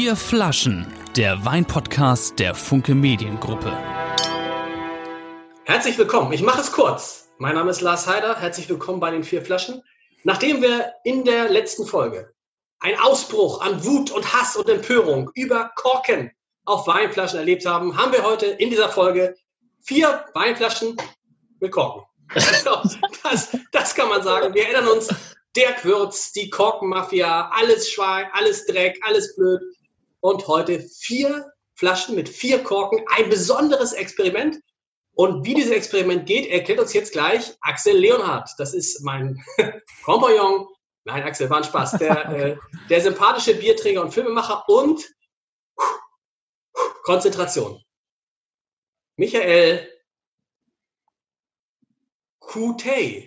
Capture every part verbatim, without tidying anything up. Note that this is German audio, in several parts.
Vier Flaschen, der Weinpodcast der Funke Mediengruppe. Herzlich willkommen. Ich mache es kurz. Mein Name ist Lars Heider. Herzlich willkommen bei den Vier Flaschen. Nachdem wir in der letzten Folge einen Ausbruch an Wut und Hass und Empörung über Korken auf Weinflaschen erlebt haben, haben wir heute in dieser Folge vier Weinflaschen mit Korken. Das, das kann man sagen. Wir erinnern uns, Dirk Würz, die Korkenmafia, alles Schwein, alles Dreck, alles blöd. Und heute vier Flaschen mit vier Korken, ein besonderes Experiment. Und wie dieses Experiment geht, erklärt uns jetzt gleich Axel Leonhardt. Das ist mein Kompagnon. Nein, Axel, war ein Spaß. Der, äh, der sympathische Bierträger und Filmemacher und Konzentration. Michael Kutey.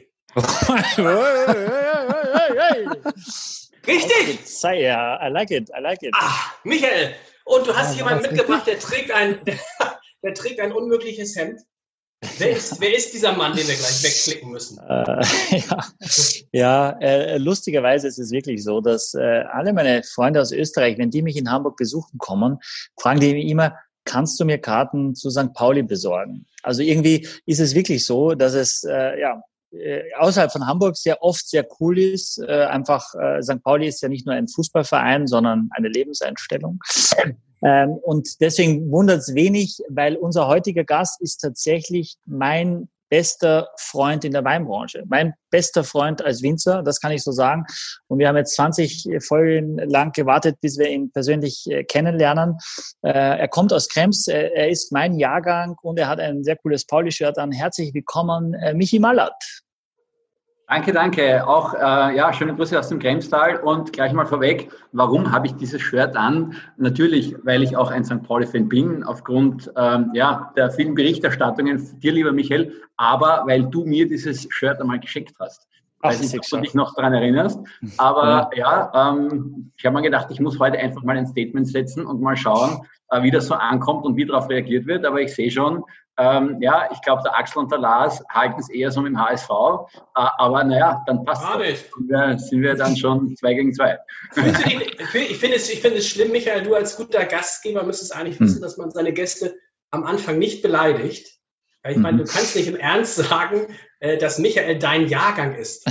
Richtig! Ja, I like it, I like it. Ah, Michael, und du hast ja, jemanden mitgebracht, der trägt, ein, der, der trägt ein unmögliches Hemd. Wer ist, wer ist dieser Mann, den wir gleich wegklicken müssen? Äh, ja, ja äh, lustigerweise ist es wirklich so, dass äh, alle meine Freunde aus Österreich, wenn die mich in Hamburg besuchen kommen, fragen die mich immer, kannst du mir Karten zu Sankt Pauli besorgen? Also irgendwie ist es wirklich so, dass es äh, ja außerhalb von Hamburg sehr oft sehr cool ist. Äh, einfach äh, Sankt Pauli ist ja nicht nur ein Fußballverein, sondern eine Lebenseinstellung. Ähm, und deswegen wundert es wenig, weil unser heutiger Gast ist tatsächlich mein bester Freund in der Weinbranche. Mein bester Freund als Winzer, das kann ich so sagen. Und wir haben jetzt zwanzig Folgen lang gewartet, bis wir ihn persönlich äh, kennenlernen. Äh, er kommt aus Krems, äh, er ist mein Jahrgang und er hat ein sehr cooles Pauli-Shirt an. Herzlich willkommen, äh, Michi Mallert. Danke, danke. Auch äh, ja, schöne Grüße aus dem Kremstal und gleich mal vorweg, warum habe ich dieses Shirt an? Natürlich, weil ich auch ein Sankt Pauli-Fan bin, aufgrund ähm, ja, der vielen Berichterstattungen, dir lieber Michael, aber weil du mir dieses Shirt einmal geschenkt hast. Ich weiß nicht, ob du dich noch daran erinnerst, aber ja, ja ähm, ich habe mir gedacht, ich muss heute einfach mal ein Statement setzen und mal schauen, äh, wie das so ankommt und wie darauf reagiert wird, aber ich sehe schon, Ähm, ja, ich glaube, der Axel und der Lars halten es eher so mit dem H S V, äh, aber naja, dann passt es. Sind wir, sind wir dann schon zwei gegen zwei. Ich finde es, ich finde es schlimm, Michael, du als guter Gastgeber müsstest eigentlich wissen, hm. dass man seine Gäste am Anfang nicht beleidigt. Ich meine, du kannst nicht im Ernst sagen, äh, dass Michael dein Jahrgang ist.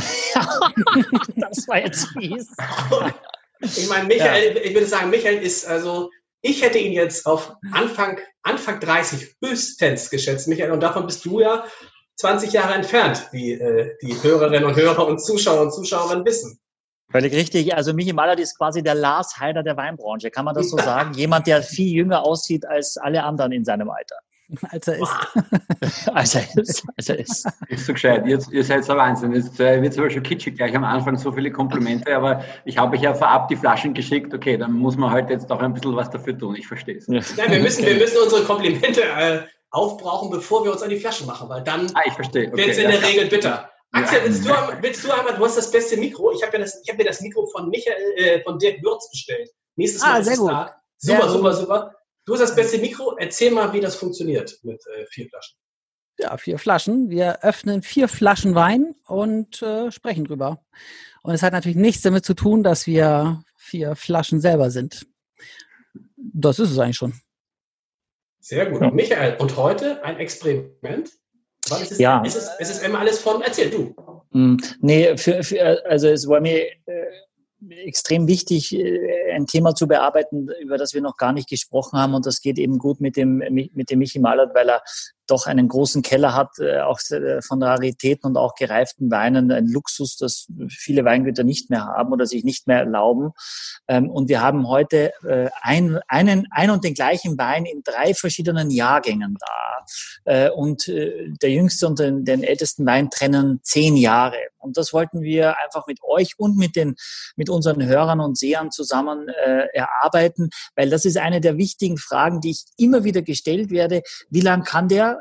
Das war jetzt fies. Ich meine, Michael, ja. ich würde sagen, Michael ist also... Ich hätte ihn jetzt auf Anfang, Anfang dreißig höchstens geschätzt, Michael. Und davon bist du ja zwanzig Jahre entfernt, wie äh, die Hörerinnen und Hörer und Zuschauer und Zuschauerinnen wissen. Völlig richtig. Also Michi Mallert ist quasi der Lars Heider der Weinbranche. Kann man das so sagen? Jemand, der viel jünger aussieht als alle anderen in seinem Alter. Als er ist. als er ist. Als er ist. Ist so gescheit. Ihr, ihr seid so Wahnsinn. Jetzt äh, wird es aber schon kitschig gleich am Anfang, so viele Komplimente, aber ich habe euch ja vorab die Flaschen geschickt. Okay, dann muss man halt jetzt auch ein bisschen was dafür tun. Ich verstehe es. Ja. Nein, wir müssen, wir müssen unsere Komplimente äh, aufbrauchen, bevor wir uns an die Flaschen machen, weil dann ah, ich verstehe. Okay, wird es in ja, der Regel bitter. Axel, willst du, willst du einmal, du hast das beste Mikro. Ich habe ja das, ich habe mir das Mikro von Michael, äh, von Dirk Würz bestellt. Nächstes Mal ah, ist sehr es gut. da. Super, sehr super, gut. super. Du hast das beste Mikro. Erzähl mal, wie das funktioniert mit äh, vier Flaschen. Ja, vier Flaschen. Wir öffnen vier Flaschen Wein und äh, sprechen drüber. Und es hat natürlich nichts damit zu tun, dass wir vier Flaschen selber sind. Das ist es eigentlich schon. Sehr gut. Ja. Michael, und heute ein Experiment? Weil es ist, ja. es ist, es ist immer alles von, erzähl du. Mm, nee, für, für, also es war mir äh, extrem wichtig, ein Thema zu bearbeiten, über das wir noch gar nicht gesprochen haben. Und das geht eben gut mit dem, mit dem Michi Mallert, weil er doch einen großen Keller hat, auch von Raritäten und auch gereiften Weinen. Ein Luxus, das viele Weingüter nicht mehr haben oder sich nicht mehr erlauben. Und wir haben heute ein, einen, ein und den gleichen Wein in drei verschiedenen Jahrgängen da. Und der jüngste und den, den ältesten Wein trennen zehn Jahre. Und das wollten wir einfach mit euch und mit den, mit unseren Hörern und Sehern zusammen äh, erarbeiten, weil das ist eine der wichtigen Fragen, die ich immer wieder gestellt werde. Wie lang kann der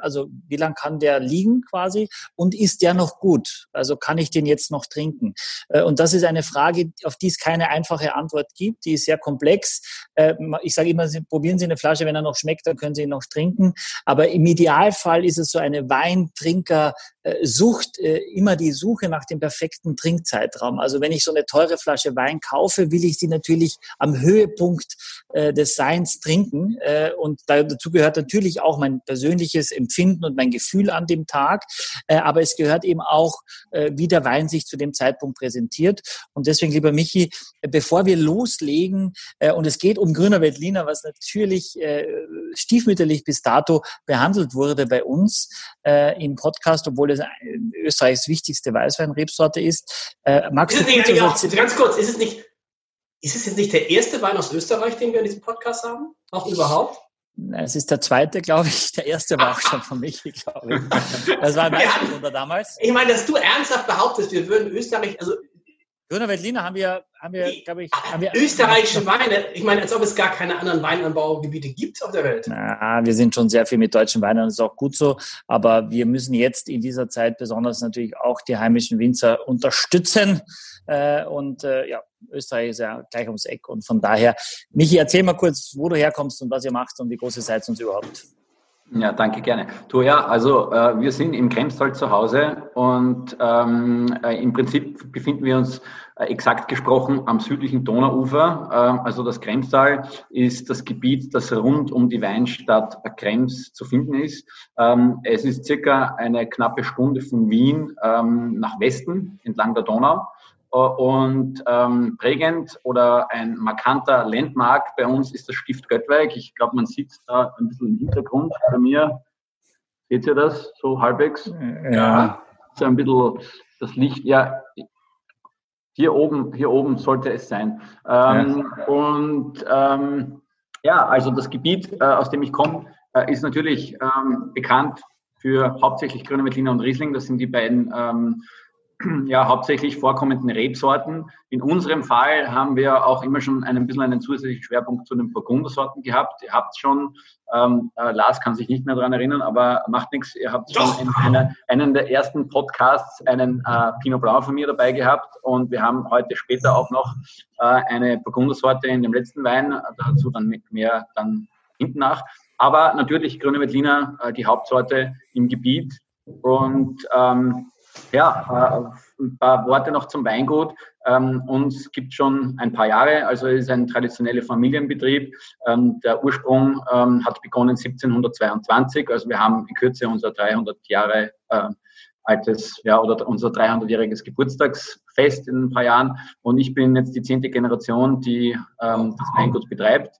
also wie lang kann der liegen quasi und ist der noch gut? Also kann ich den jetzt noch trinken? Äh, und das ist eine Frage, auf die es keine einfache Antwort gibt. Die ist sehr komplex. Äh, ich sage immer, Sie, probieren Sie eine Flasche, wenn er noch schmeckt, dann können Sie ihn noch trinken. Aber im Idealfall ist es so eine Weintrinker-Sucht, äh, immer die Suche nach dem perfekten Trinkzeitraum. Also wenn ich so eine teure Flasche Wein kaufe, will ich sie natürlich am Höhepunkt äh, des Seins trinken. Äh, und dazu gehört natürlich auch mein persönliches Empfinden und mein Gefühl an dem Tag. Äh, aber es gehört eben auch, äh, wie der Wein sich zu dem Zeitpunkt präsentiert. Und deswegen, lieber Michi, äh, bevor wir loslegen, äh, und es geht um Grüner Veltliner, was natürlich äh, stiefmütterlich bis dato behandelt wurde bei uns äh, im Podcast, obwohl es Österreichs wichtigste Weißweinrebsorte ist. Äh, magst du kurz, ja, also, ganz kurz, ist es nicht, ist es jetzt nicht der erste Wein aus Österreich, den wir in diesem Podcast haben? Auch überhaupt? Es ist der zweite, glaube ich. Der erste war auch schon von Michi, glaube ich. Das war ein Weißweinwunder damals. Ich meine, dass du ernsthaft behauptest, wir würden Österreich, also Grüner Veltliner haben wir, haben wir, glaube ich, haben wir österreichische Weine. Ich meine, als ob es gar keine anderen Weinanbaugebiete gibt auf der Welt. Na, wir sind schon sehr viel mit deutschen Weinen, das ist auch gut so. Aber wir müssen jetzt in dieser Zeit besonders natürlich auch die heimischen Winzer unterstützen. Äh, und äh, ja, Österreich ist ja gleich ums Eck. Und von daher, Michi, erzähl mal kurz, wo du herkommst und was ihr macht und wie groß ihr seid uns überhaupt. Ja, danke, gerne. Du, ja, also äh, wir sind im Kremstal zu Hause und ähm, äh, im Prinzip befinden wir uns äh, exakt gesprochen am südlichen Donauufer. Äh, also das Kremstal ist das Gebiet, das rund um die Weinstadt Krems zu finden ist. Ähm, es ist circa eine knappe Stunde von Wien ähm, nach Westen entlang der Donau. Und ähm, prägend oder ein markanter Landmark bei uns ist das Stift Göttweig. Ich glaube, man sieht da ein bisschen im Hintergrund bei mir. Seht ihr das so halbwegs? Ja. So ein bisschen das Licht. Ja, hier oben, hier oben sollte es sein. Ähm, ja. Und ähm, ja, also das Gebiet, äh, aus dem ich komme, äh, ist natürlich ähm, bekannt für hauptsächlich Grüner Veltliner und Riesling. Das sind die beiden ähm, ja, hauptsächlich vorkommenden Rebsorten. In unserem Fall haben wir auch immer schon ein bisschen einen zusätzlichen Schwerpunkt zu den Burgundersorten gehabt. Ihr habt schon, ähm, äh, Lars kann sich nicht mehr daran erinnern, aber macht nichts. Ihr habt schon in eine, einen der ersten Podcasts einen äh, Pinot Blanc von mir dabei gehabt und wir haben heute später auch noch äh, eine Burgundersorte in dem letzten Wein, dazu dann mehr dann hinten nach. Aber natürlich Grüner Veltliner, äh, die Hauptsorte im Gebiet und ähm, ja, äh, ein paar Worte noch zum Weingut. Ähm, uns gibt schon ein paar Jahre, also es ist ein traditioneller Familienbetrieb. Ähm, der Ursprung ähm, hat begonnen siebzehnhundertzweiundzwanzig, also wir haben in Kürze unser dreihundert Jahre äh, altes, ja, oder unser dreihundertjähriges Geburtstagsfest in ein paar Jahren. Und ich bin jetzt die zehnte Generation, die ähm, das Weingut betreibt.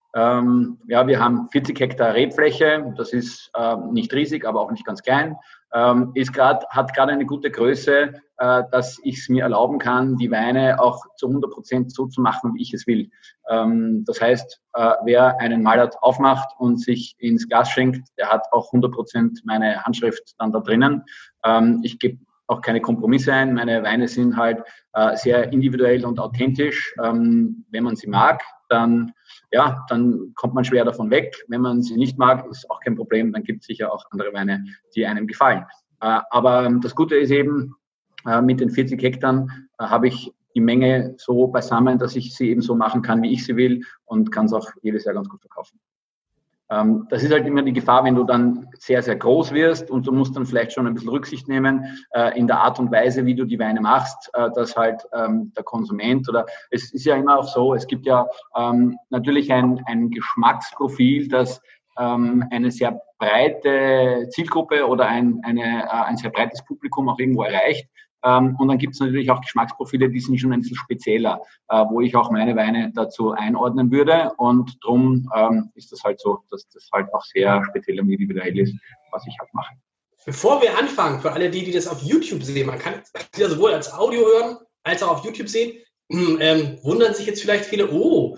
Ähm, ja, wir haben vierzig Hektar Rebfläche, das ist äh, nicht riesig, aber auch nicht ganz klein. Ähm, ist grad, hat gerade eine gute Größe, äh, dass ich es mir erlauben kann, die Weine auch zu hundert Prozent so zu machen, wie ich es will. Ähm, das heißt, äh, wer einen Mallert aufmacht und sich ins Glas schenkt, der hat auch hundert Prozent meine Handschrift dann da drinnen. Ähm, ich gebe auch keine Kompromisse ein. Meine Weine sind halt äh, sehr individuell und authentisch. Ähm, wenn man sie mag, dann ja, dann kommt man schwer davon weg. Wenn man sie nicht mag, ist auch kein Problem. Dann gibt es sicher auch andere Weine, die einem gefallen. Äh, aber das Gute ist eben, äh, mit den vierzig Hektar äh, habe ich die Menge so beisammen, dass ich sie eben so machen kann, wie ich sie will und kann es auch jedes Jahr ganz gut verkaufen. Ähm, das ist halt immer die Gefahr, wenn du dann sehr, sehr groß wirst und du musst dann vielleicht schon ein bisschen Rücksicht nehmen äh, in der Art und Weise, wie du die Weine machst, äh, dass halt ähm, der Konsument oder es ist ja immer auch so, es gibt ja ähm, natürlich ein, ein Geschmacksprofil, das ähm, eine sehr breite Zielgruppe oder ein, eine, äh, ein sehr breites Publikum auch irgendwo erreicht. Ähm, und dann gibt es natürlich auch Geschmacksprofile, die sind schon ein bisschen spezieller, äh, wo ich auch meine Weine dazu einordnen würde. Und darum ähm, ist das halt so, dass das halt auch sehr speziell und individuell ist, was ich halt mache. Bevor wir anfangen, für alle die, die das auf YouTube sehen, man kann es ja sowohl als Audio hören, als auch auf YouTube sehen, ähm, wundern sich jetzt vielleicht viele, oh,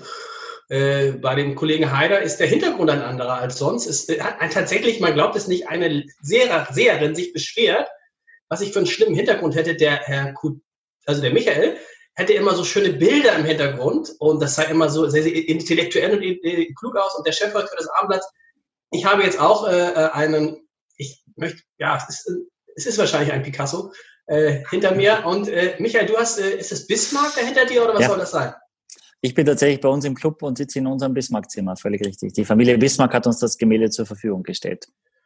äh, bei dem Kollegen Haider ist der Hintergrund ein anderer als sonst. Es hat tatsächlich, man glaubt es nicht, eine Seher, Seherin sich beschwert, was ich für einen schlimmen Hintergrund hätte, der Herr Kuh, also der Michael, hätte immer so schöne Bilder im Hintergrund und das sah immer so sehr, sehr intellektuell und klug aus und der Chefredakteur des Abendblatts. Ich habe jetzt auch äh, einen ich möchte, ja, es ist, es ist wahrscheinlich ein Picasso äh, hinter mir. Und äh, Michael, du hast, äh, ist es Bismarck da hinter dir oder was ja. soll das sein? Ich bin tatsächlich bei uns im Club und sitze in unserem Bismarck-Zimmer, völlig richtig. Die Familie Bismarck hat uns das Gemälde zur Verfügung gestellt.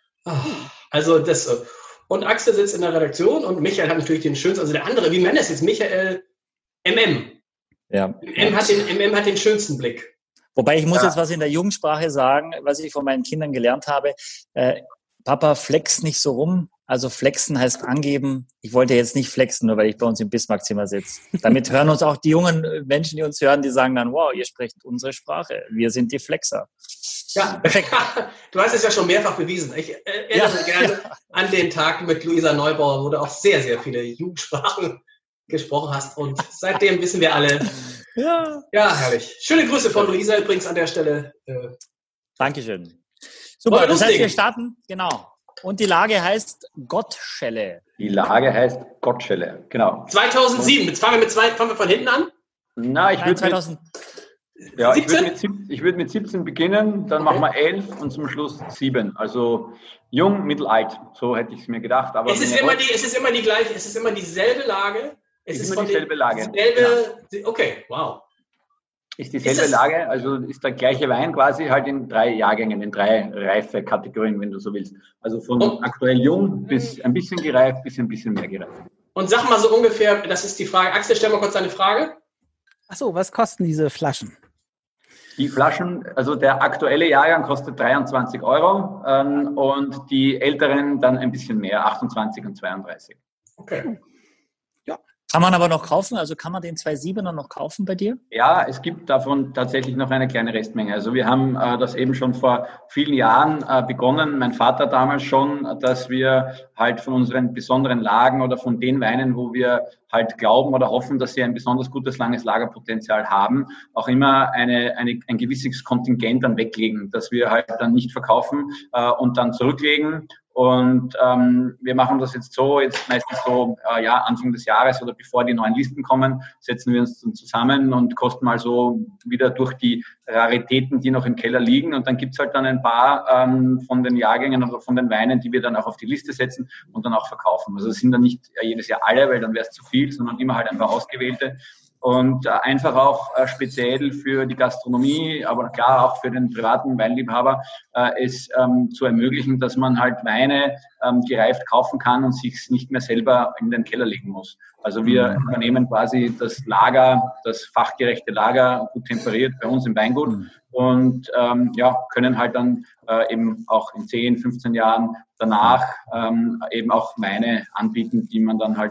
Also das, und Axel sitzt in der Redaktion und Michael hat natürlich den schönsten, also der andere, wie nennt das jetzt, Michael M M. Ja. M M hat den, M M hat den schönsten Blick. Wobei ich muss ja. jetzt was in der Jugendsprache sagen, was ich von meinen Kindern gelernt habe. Äh, Papa, flex nicht so rum. Also flexen heißt angeben. Ich wollte jetzt nicht flexen, nur weil ich bei uns im Bismarck-Zimmer sitze. Damit hören uns auch die jungen Menschen, die uns hören, die sagen dann, wow, ihr sprecht unsere Sprache. Wir sind die Flexer. Ja, perfekt. Du hast es ja schon mehrfach bewiesen. Ich erinnere mich ja, gerne ja. an den Tag mit Luisa Neubauer, wo du auch sehr, sehr viele Jugendsprachen gesprochen hast. Und seitdem wissen wir alle. Ja, ja herrlich. Schöne Grüße von Luisa übrigens an der Stelle. Dankeschön. Super, das heißt, wir starten, genau. Und die Lage heißt Gottschelle. Die Lage heißt Gottschelle, genau. zweitausendsieben, jetzt fangen wir mit zwei, fangen wir von hinten an? Na, ich würde zweitausend mit, ja, ich würde mit, ich würd mit siebzehn beginnen, dann okay. machen wir elf und zum Schluss sieben. Also jung, mittelalt, so hätte ich es mir gedacht. Aber es, ist immer die, es ist immer die gleiche, es ist immer dieselbe Lage. Es ist, ist immer von dieselbe den, Lage. Dieselbe, genau. Okay, wow. Ist dieselbe ist Lage, also ist der gleiche Wein quasi halt in drei Jahrgängen, in drei Reifekategorien, wenn du so willst. Also von und, aktuell jung bis ein bisschen gereift bis ein bisschen mehr gereift. Und sag mal so ungefähr, das ist die Frage. Axel, stell mal kurz deine Frage. Ach so, was kosten diese Flaschen? Die Flaschen, also der aktuelle Jahrgang kostet dreiundzwanzig Euro ähm, und die älteren dann ein bisschen mehr, achtundzwanzig und zweiunddreißig. Okay. Kann man aber noch kaufen? Also kann man den zwei Komma siebener noch kaufen bei dir? Ja, es gibt davon tatsächlich noch eine kleine Restmenge. Also wir haben äh, das eben schon vor vielen Jahren äh, begonnen, mein Vater damals schon, dass wir halt von unseren besonderen Lagen oder von den Weinen, wo wir halt glauben oder hoffen, dass sie ein besonders gutes langes Lagerpotenzial haben, auch immer eine, eine, ein gewisses Kontingent dann weglegen, dass wir halt dann nicht verkaufen äh, und dann zurücklegen. Und ähm, wir machen das jetzt so, jetzt meistens so äh, ja Anfang des Jahres oder bevor die neuen Listen kommen, setzen wir uns dann zusammen und kosten mal so wieder durch die Raritäten, die noch im Keller liegen. Und dann gibt's halt dann ein paar ähm, von den Jahrgängen oder von den Weinen, die wir dann auch auf die Liste setzen und dann auch verkaufen. Also es sind dann nicht äh, jedes Jahr alle, weil dann wäre es zu viel, sondern immer halt ein paar ausgewählte. Und äh, einfach auch äh, speziell für die Gastronomie, aber klar auch für den privaten Weinliebhaber, äh, es ähm, zu ermöglichen, dass man halt Weine ähm, gereift kaufen kann und sich nicht mehr selber in den Keller legen muss. Also wir übernehmen quasi das Lager, das fachgerechte Lager, gut temperiert bei uns im Weingut mhm. und ähm, ja, können halt dann äh, eben auch in zehn, fünfzehn Jahren danach ähm, eben auch Weine anbieten, die man dann halt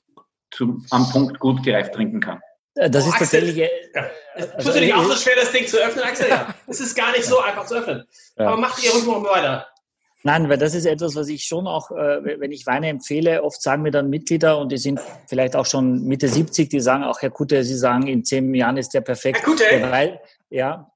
zu, am Punkt gut gereift trinken kann. Das oh, ist tatsächlich... Ja. Es tut dir nicht auch so schwer, das Ding zu öffnen, Axel? Ja. Es ist gar nicht so einfach zu öffnen. Ja. Aber macht ihr ruhig mal weiter. Nein, weil das ist etwas, was ich schon auch, wenn ich Weine empfehle, oft sagen mir dann Mitglieder, und die sind vielleicht auch schon Mitte siebzig, die sagen auch, Herr Kutte, Sie sagen, in zehn Jahren ist der perfekt. Herr Kutte? Weil, ja.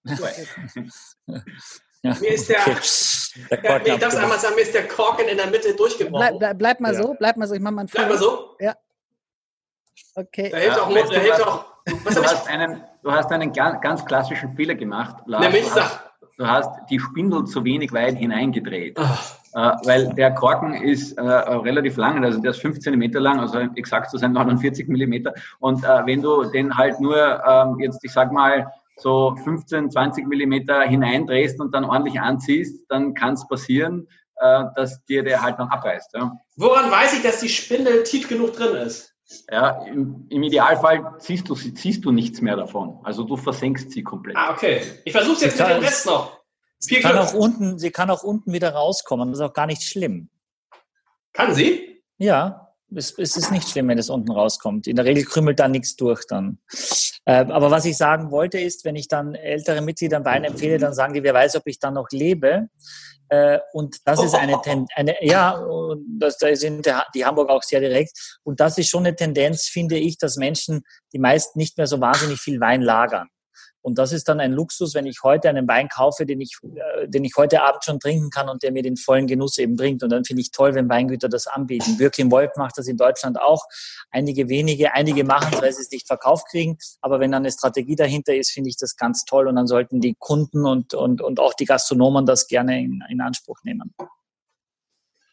Ja, mir ist der, okay. der ja, nee, ich darf einmal sagen, mir ist der Korken in der Mitte durchgebrochen. Bleib, bleib, bleib mal ja. so, bleib mal so, ich mach mal einen Bleib mal so. Ja. Okay. Da hilft ja, auch, da hilft auch. Was du, hast einen, du hast einen ganz, ganz klassischen Fehler gemacht, Lars. Nämlich, du, hast, du hast die Spindel zu wenig weit hineingedreht. Äh, weil der Korken ist äh, relativ lang, also der ist fünf Zentimeter lang, also exakt zu sein neunundvierzig Millimeter. Und äh, wenn du den halt nur ähm, jetzt, ich sag mal, so fünfzehn, zwanzig Millimeter hineindrehst und dann ordentlich anziehst, dann kann es passieren, äh, dass dir der halt dann abreißt. Ja. Woran weiß ich, dass die Spindel tief genug drin ist? Ja, im, im Idealfall ziehst du, ziehst du nichts mehr davon. Also du versenkst sie komplett. Ah, okay. Ich versuche es jetzt mit dem Rest noch. Sie kann, auch unten, sie kann auch unten wieder rauskommen. Das ist auch gar nicht schlimm. Kann sie? Ja, es, es ist nicht schlimm, wenn es unten rauskommt. In der Regel krümmelt da nichts durch dann. Äh, aber was ich sagen wollte ist, wenn ich dann ältere Mitgliedern Wein empfehle, dann sagen die, wer weiß, ob ich dann noch lebe. Äh, und das oh. ist eine Tendenz, eine, ja, und das, da sind die Hamburger auch sehr direkt. Und das ist schon eine Tendenz, finde ich, dass Menschen, die meisten nicht mehr so wahnsinnig viel Wein lagern. Und das ist dann ein Luxus, wenn ich heute einen Wein kaufe, den ich, äh, den ich heute Abend schon trinken kann und der mir den vollen Genuss eben bringt. Und dann finde ich toll, wenn Weingüter das anbieten. Birkin Wolf macht das in Deutschland auch. Einige wenige, einige machen es, weil sie es nicht verkauft kriegen. Aber wenn dann eine Strategie dahinter ist, finde ich das ganz toll. Und dann sollten die Kunden und, und, und auch die Gastronomen das gerne in, in Anspruch nehmen.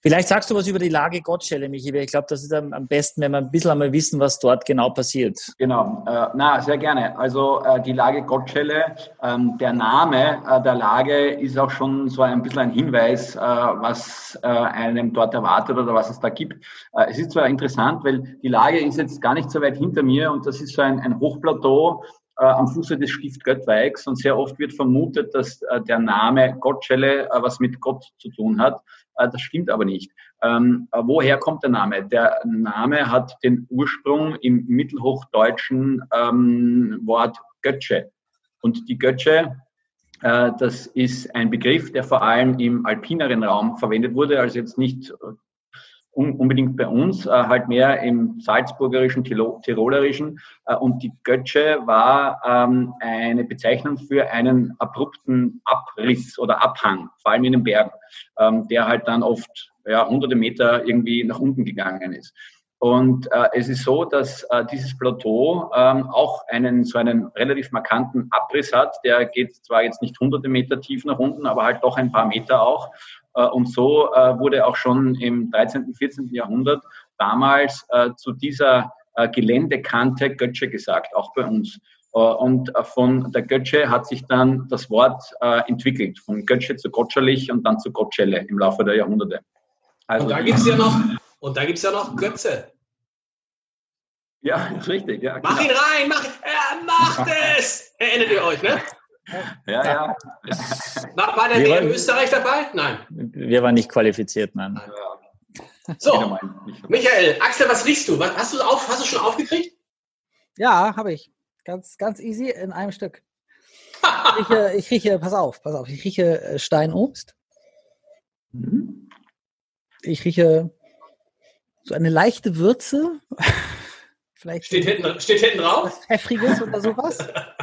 Vielleicht sagst du was über die Lage Gottschelle, Michi, weil ich glaube, das ist am, am besten, wenn wir ein bisschen einmal wissen, was dort genau passiert. Genau, äh, na, sehr gerne. Also äh, die Lage Gottschelle, ähm, der Name äh, der Lage ist auch schon so ein bisschen ein Hinweis, äh, was äh, einem dort erwartet oder was es da gibt. Äh, es ist zwar interessant, weil die Lage ist jetzt gar nicht so weit hinter mir und das ist so ein, ein Hochplateau äh, am Fuße des Stift Göttweigs und sehr oft wird vermutet, dass äh, der Name Gottschelle äh, was mit Gott zu tun hat. Das stimmt aber nicht. Ähm, woher kommt der Name? Der Name hat den Ursprung im mittelhochdeutschen ähm, Wort Götsche. Und die Götsche, äh, das ist ein Begriff, der vor allem im alpineren Raum verwendet wurde, also jetzt nicht un- unbedingt bei uns, äh, halt mehr im salzburgerischen, Tilo- tirolerischen. Äh, und die Götsche war ähm, eine Bezeichnung für einen abrupten Abriss oder Abhang, vor allem in den Bergen, ähm, der halt dann oft ja, hunderte Meter irgendwie nach unten gegangen ist. Und äh, es ist so, dass äh, dieses Plateau ähm, auch einen so einen relativ markanten Abriss hat. Der geht zwar jetzt nicht hunderte Meter tief nach unten, aber halt doch ein paar Meter auch. Äh, und so äh, wurde auch schon im dreizehnten, vierzehnten Jahrhundert damals äh, zu dieser äh, Geländekante Götsche gesagt, auch bei uns. Äh, und äh, von der Götsche hat sich dann das Wort äh, entwickelt, von Götsche zu Gottscherlich und dann zu Gottschelle im Laufe der Jahrhunderte. Also und da gibt es ja noch, und da gibt's ja noch Götze. Ja, ist richtig. Ja, mach ihn rein, mach, er macht es! Erinnert ihr euch, ne? Ja, ja. War, war der W M Österreich dabei? Nein. Wir waren nicht qualifiziert, nein. So, Michael, Axel, was riechst du? Was, hast du auf, hast du schon aufgekriegt? Ja, habe ich. Ganz, ganz easy in einem Stück. Ich rieche, ich rieche, pass auf, pass auf, ich rieche Steinobst. Mhm. Ich rieche so eine leichte Würze. Vielleicht steht, hinten, steht hinten drauf? Was Pfeffriges oder sowas.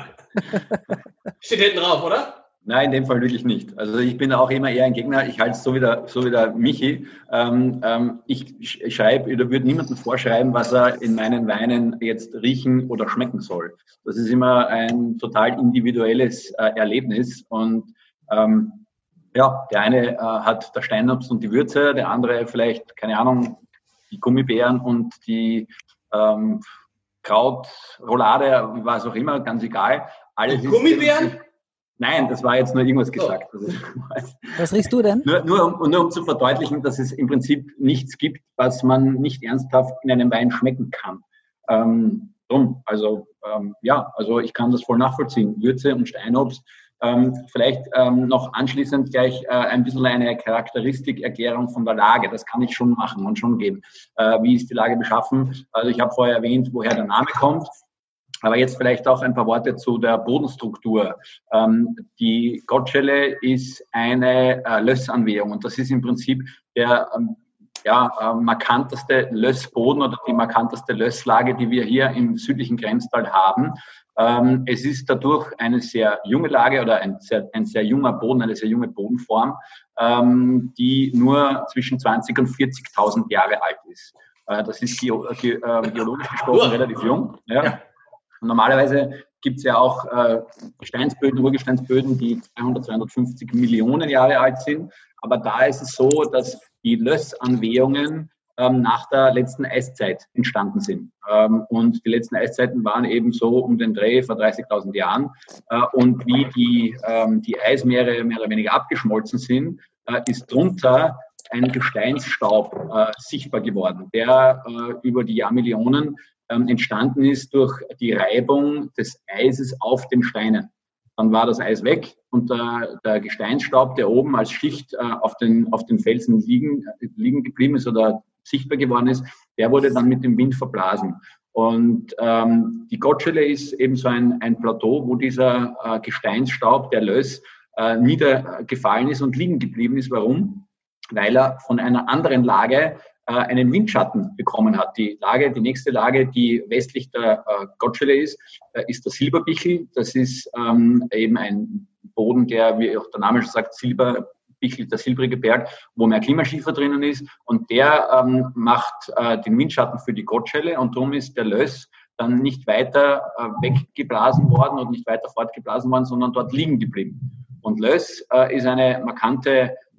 Steht hinten drauf, oder? Nein, in dem Fall wirklich nicht. Also ich bin auch immer eher ein Gegner. Ich halte es so wie der, so wie der Michi. Ähm, ähm, ich schreibe oder würde niemandem vorschreiben, was er in meinen Weinen jetzt riechen oder schmecken soll. Das ist immer ein total individuelles äh, Erlebnis. Und ähm, ja, der eine äh, hat der Steinobst und die Würze, der andere vielleicht, keine Ahnung, die Gummibären und die ähm, Kraut, Roulade, was auch immer, ganz egal. Alles die Gummibären? Ist, nein, das war jetzt nur irgendwas gesagt. Oh. Was riechst du denn? Nur, nur, um, nur um zu verdeutlichen, dass es im Prinzip nichts gibt, was man nicht ernsthaft in einem Wein schmecken kann. Ähm, drum, also ähm, ja, also ich kann das voll nachvollziehen. Würze und Steinobst. Ähm, vielleicht ähm, noch anschließend gleich äh, ein bisschen eine Charakteristikerklärung von der Lage. Das kann ich schon machen und schon geben. Äh, wie ist die Lage beschaffen? Also ich habe vorher erwähnt, woher der Name kommt. Aber jetzt vielleicht auch ein paar Worte zu der Bodenstruktur. Ähm, die Gottschelle ist eine äh, Lössanwehung und das ist im Prinzip der ähm, ja, äh, markanteste Lössboden oder die markanteste Lösslage, die wir hier im südlichen Kremstal haben. Ähm, es ist dadurch eine sehr junge Lage oder ein sehr, ein sehr junger Boden, eine sehr junge Bodenform, ähm, die nur zwischen zwanzig und vierzigtausend Jahre alt ist. Äh, das ist geo- ge- äh, geologisch gesprochen relativ jung. Ja. Ja. Und normalerweise gibt es ja auch äh, Gesteinsböden, Urgesteinsböden, die zweihundert, zweihundertfünfzig Millionen Jahre alt sind. Aber da ist es so, dass die Lössanwehungen ähm, nach der letzten Eiszeit entstanden sind. Ähm, und die letzten Eiszeiten waren eben so um den Dreh vor dreißigtausend Jahren. Äh, und wie die, ähm, die Eismeere mehr oder weniger abgeschmolzen sind, äh, ist drunter ein Gesteinsstaub äh, sichtbar geworden, der äh, über die Jahrmillionen ähm, entstanden ist durch die Reibung des Eises auf den Steinen. Dann war das Eis weg und äh, der Gesteinsstaub, der oben als Schicht äh, auf, den, auf den Felsen liegen, liegen geblieben ist oder sichtbar geworden ist, der wurde dann mit dem Wind verblasen. Und ähm, die Gottschelle ist eben so ein, ein Plateau, wo dieser äh, Gesteinsstaub, der Löss, äh, niedergefallen ist und liegen geblieben ist. Warum? Weil er von einer anderen Lage äh, einen Windschatten bekommen hat. Die Lage, die nächste Lage, die westlich der äh, Gottschelle ist, äh, ist der Silberbichel. Das ist ähm, eben ein Boden, der, wie auch der Name schon sagt, Silberbichel, der silbrige Berg, wo mehr Klimaschiefer drinnen ist. Und der ähm, macht äh, den Windschatten für die Gottschelle und darum ist der Löss dann nicht weiter äh, weggeblasen worden und nicht weiter fortgeblasen worden, sondern dort liegen geblieben. Und Löss äh, ist eine markante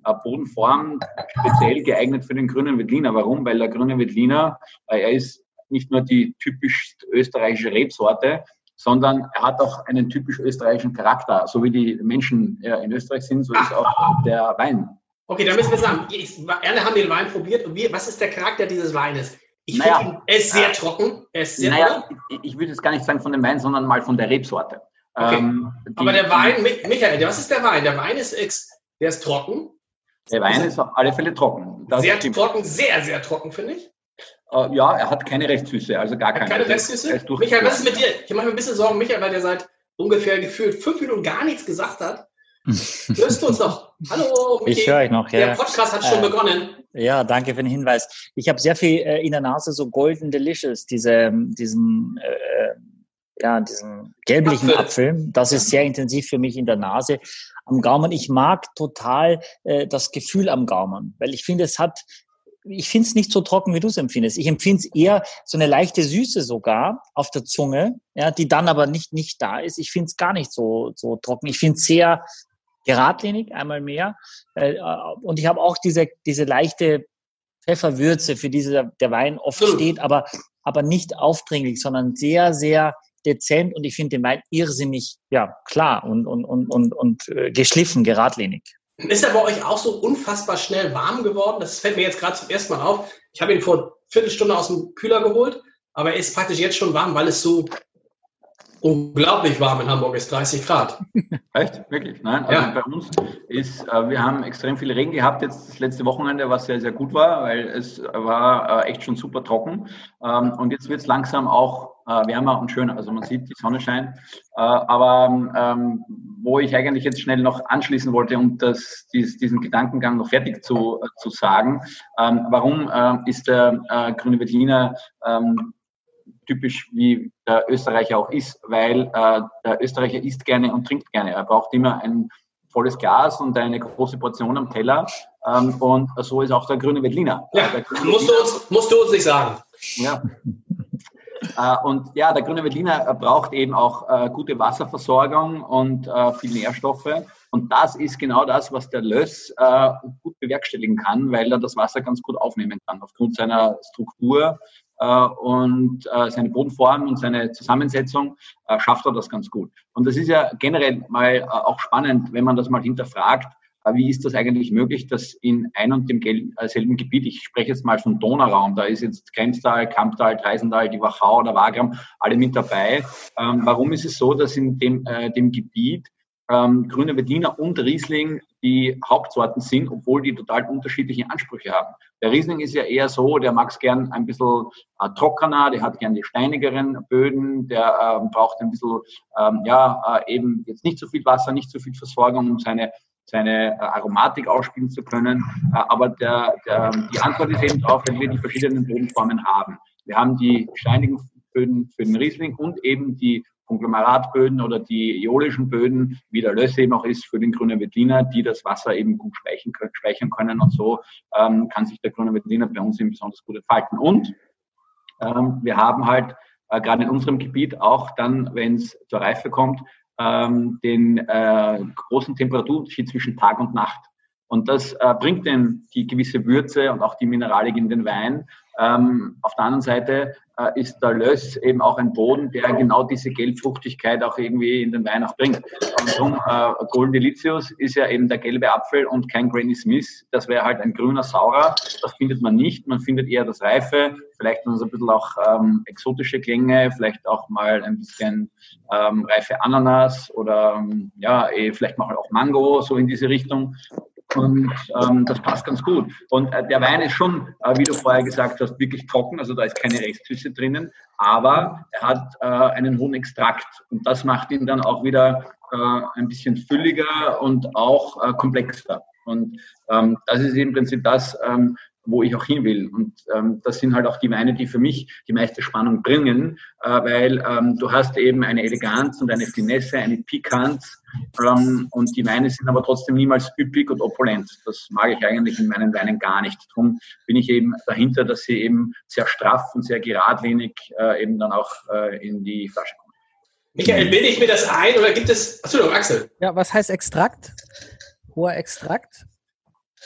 äh, Bodenform speziell geeignet für den grünen Veltliner. Warum? Weil der grüne Veltliner, äh, er ist nicht nur die typisch österreichische Rebsorte, sondern er hat auch einen typisch österreichischen Charakter. So wie die Menschen äh, in Österreich sind, so ist auch der Wein. Okay, dann müssen wir sagen, ich, alle haben den Wein probiert. Und wie, was ist der Charakter dieses Weines? Ich naja, finde, er ist sehr äh, trocken. Er ist sehr naja, ich, ich würde jetzt gar nicht sagen von dem Wein, sondern mal von der Rebsorte. Okay. Ähm, die, aber der Wein, Michael, was ist der Wein? Der Wein ist, der ist trocken. Der Wein ist auf alle Fälle trocken. Das sehr stimmt. trocken, sehr, sehr trocken, finde ich. Uh, ja, er hat keine Restsüße, also gar keine. Keine Restsüße? Michael, was ist mit dir? Ich mache mir ein bisschen Sorgen, Michael, weil der seit ungefähr gefühlt fünf Minuten gar nichts gesagt hat. Hörst du uns noch? Hallo, Michael. Ich höre euch noch, ja. Der Podcast hat schon äh, begonnen. Ja, danke für den Hinweis. Ich habe sehr viel äh, in der Nase, so Golden Delicious, diese, diesen, äh, ja, diesen gelblichen Apfel. Apfel. Das ist sehr intensiv für mich in der Nase. Am Gaumen, ich mag total äh, das Gefühl am Gaumen, weil ich finde, es hat Ich finde es nicht so trocken, wie du es empfindest. Ich empfinde es eher so eine leichte Süße sogar auf der Zunge, ja, die dann aber nicht, nicht da ist. Ich finde es gar nicht so, so trocken. Ich finde es sehr geradlinig, einmal mehr. Äh, und ich habe auch diese, diese leichte Pfefferwürze, für die der Wein oft mhm. steht, aber, aber nicht aufdringlich, sondern sehr, sehr dezent. Und ich finde den Wein irrsinnig, ja, klar und, und, und, und, und äh, geschliffen, geradlinig. Ist er bei euch auch so unfassbar schnell warm geworden? Das fällt mir jetzt gerade zum ersten Mal auf. Ich habe ihn vor einer Viertelstunde aus dem Kühler geholt, aber er ist praktisch jetzt schon warm, weil es so unglaublich warm in Hamburg ist, dreißig Grad. Echt? Wirklich? Nein, also ja. bei uns ist, äh, wir haben extrem viel Regen gehabt jetzt das letzte Wochenende, was sehr, sehr gut war, weil es war äh, echt schon super trocken. Ähm, und jetzt wird es langsam auch äh, wärmer und schöner. Also man sieht, die Sonne scheint. Äh, aber ähm, wo ich eigentlich jetzt schnell noch anschließen wollte, um das, dies, diesen Gedankengang noch fertig zu, äh, zu sagen, ähm, warum äh, ist der äh, grüne Veltliner ähm, typisch wie der Österreicher auch ist, weil äh, der Österreicher isst gerne und trinkt gerne. Er braucht immer ein volles Glas und eine große Portion am Teller. Ähm, und so ist auch der grüne Veltliner. Ja, der grüne musst, Veltliner, du uns, musst du uns nicht sagen. Ja. äh, und ja, der grüne Veltliner braucht eben auch äh, gute Wasserversorgung und äh, viele Nährstoffe. Und das ist genau das, was der Löss äh, gut bewerkstelligen kann, weil er das Wasser ganz gut aufnehmen kann, aufgrund seiner Struktur. Uh, und uh, seine Bodenform und seine Zusammensetzung uh, schafft er das ganz gut. Und das ist ja generell mal uh, auch spannend, wenn man das mal hinterfragt, uh, wie ist das eigentlich möglich, dass in ein und demselben Gebiet, ich spreche jetzt mal vom Donauraum, da ist jetzt Kremstal, Kamptal, Treisental, die Wachau, der Wagram, alle mit dabei. Um, warum ist es so, dass in dem, uh, dem Gebiet um, grüne Veltliner und Riesling die Hauptsorten sind, obwohl die total unterschiedliche Ansprüche haben. Der Riesling ist ja eher so, der mag es gern ein bisschen äh, trockener, der hat gern die steinigeren Böden, der äh, braucht ein bisschen, ähm, ja, äh, eben jetzt nicht so viel Wasser, nicht so viel Versorgung, um seine, seine äh, Aromatik ausspielen zu können. Äh, aber der, der, die Antwort ist eben darauf, wenn wir die verschiedenen Bodenformen haben. Wir haben die steinigen Böden für den Riesling und eben die Konglomeratböden oder die äolischen Böden, wie der Löss eben auch ist für den grünen Veltliner, die das Wasser eben gut speichern können. Und so ähm, kann sich der grüne Veltliner bei uns eben besonders gut entfalten. Und ähm, wir haben halt äh, gerade in unserem Gebiet auch dann, wenn es zur Reife kommt, ähm, den äh, großen Temperaturunterschied zwischen Tag und Nacht. Und das äh, bringt dann die gewisse Würze und auch die Mineralik in den Wein. Ähm, auf der anderen Seite äh, ist der Löss eben auch ein Boden, der genau diese Gelbfruchtigkeit auch irgendwie in den Wein auch bringt. Und darum, äh, Golden Delicious ist ja eben der gelbe Apfel und kein Granny Smith. Das wäre halt ein grüner Saurer. Das findet man nicht. Man findet eher das Reife, vielleicht noch so ein bisschen auch ähm, exotische Klänge, vielleicht auch mal ein bisschen ähm, reife Ananas oder ähm, ja, eh, vielleicht mal auch Mango, so in diese Richtung. Und ähm, das passt ganz gut. Und äh, der Wein ist schon, äh, wie du vorher gesagt hast, wirklich trocken, also da ist keine Restsüße drinnen, aber er hat äh, einen hohen Extrakt. Und das macht ihn dann auch wieder äh, ein bisschen fülliger und auch äh, komplexer. Und ähm, das ist im Prinzip das, ähm, wo ich auch hin will. Und ähm, das sind halt auch die Weine, die für mich die meiste Spannung bringen, äh, weil ähm, du hast eben eine Eleganz und eine Finesse, eine Pikanz, ähm, und die Weine sind aber trotzdem niemals üppig und opulent. Das mag ich eigentlich in meinen Weinen gar nicht. Darum bin ich eben dahinter, dass sie eben sehr straff und sehr geradlinig äh, eben dann auch äh, in die Flasche kommen. Michael, bilde ich mir das ein oder gibt es... Achso, Axel. Ja, was heißt Extrakt? Hoher Extrakt?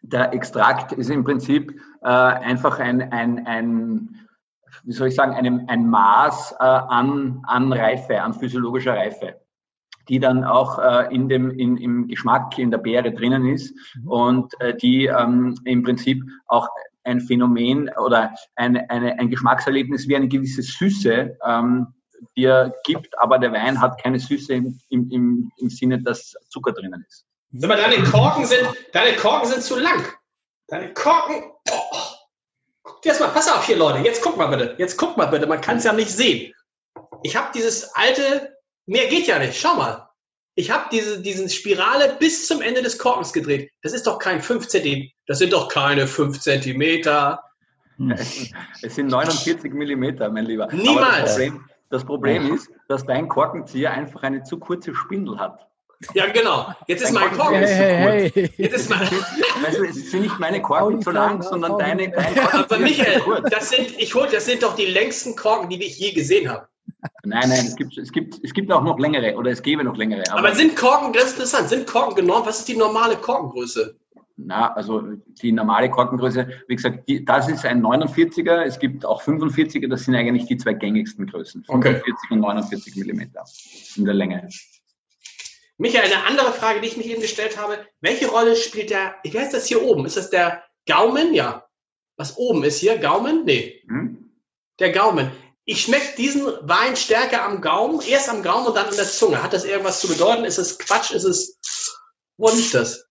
Der Extrakt ist im Prinzip äh, einfach ein, ein, ein, wie soll ich sagen, ein, ein Maß äh, an, an Reife, an physiologischer Reife, die dann auch äh, in dem, in, im Geschmack in der Beere drinnen ist und äh, die ähm, im Prinzip auch ein Phänomen oder eine, eine, ein Geschmackserlebnis wie eine gewisse Süße ähm, dir gibt, aber der Wein hat keine Süße im, im, im, im Sinne, dass Zucker drinnen ist. Sag mal, deine Korken sind, deine Korken sind zu lang. Deine Korken. Oh. Guck dir das mal, pass auf hier, Leute. Jetzt guck mal bitte. Jetzt guck mal bitte. Man kann es ja nicht sehen. Ich habe dieses alte, mehr geht ja nicht. Schau mal. Ich habe diese diesen Spirale bis zum Ende des Korkens gedreht. Das ist doch kein fünf Zentimeter. Das sind doch keine fünf Zentimeter. Es sind neunundvierzig Millimeter, mein Lieber. Niemals. Aber das Problem, das Problem ist, dass dein Korkenzieher einfach eine zu kurze Spindel hat. Ja, genau. Jetzt ist mein Korken. Hey, hey, hey. Jetzt ist mein Weißt du, es sind nicht meine Korken zu lang, sondern deine, deine Korken. Aber Michael, das sind, ich hol, das sind doch die längsten Korken, die ich je gesehen habe. Nein, nein, es gibt, es gibt, es gibt auch noch längere oder es gäbe noch längere. Aber, aber sind Korken, das ist interessant, sind Korken genormt? Was ist die normale Korkengröße? Na, also die normale Korkengröße, wie gesagt, die, das ist ein neunundvierziger, es gibt auch fünfundvierziger, das sind eigentlich die zwei gängigsten Größen. fünfundvierzig okay. Und neunundvierzig Millimeter in der Länge. Michael, eine andere Frage, die ich mich eben gestellt habe. Welche Rolle spielt der, wie heißt das hier oben? Ist das der Gaumen? Ja. Was oben ist hier? Gaumen? Nee. Hm? Der Gaumen. Ich schmecke diesen Wein stärker am Gaumen, erst am Gaumen und dann an der Zunge. Hat das irgendwas zu bedeuten? Ist es Quatsch? Ist es, wo liegt das?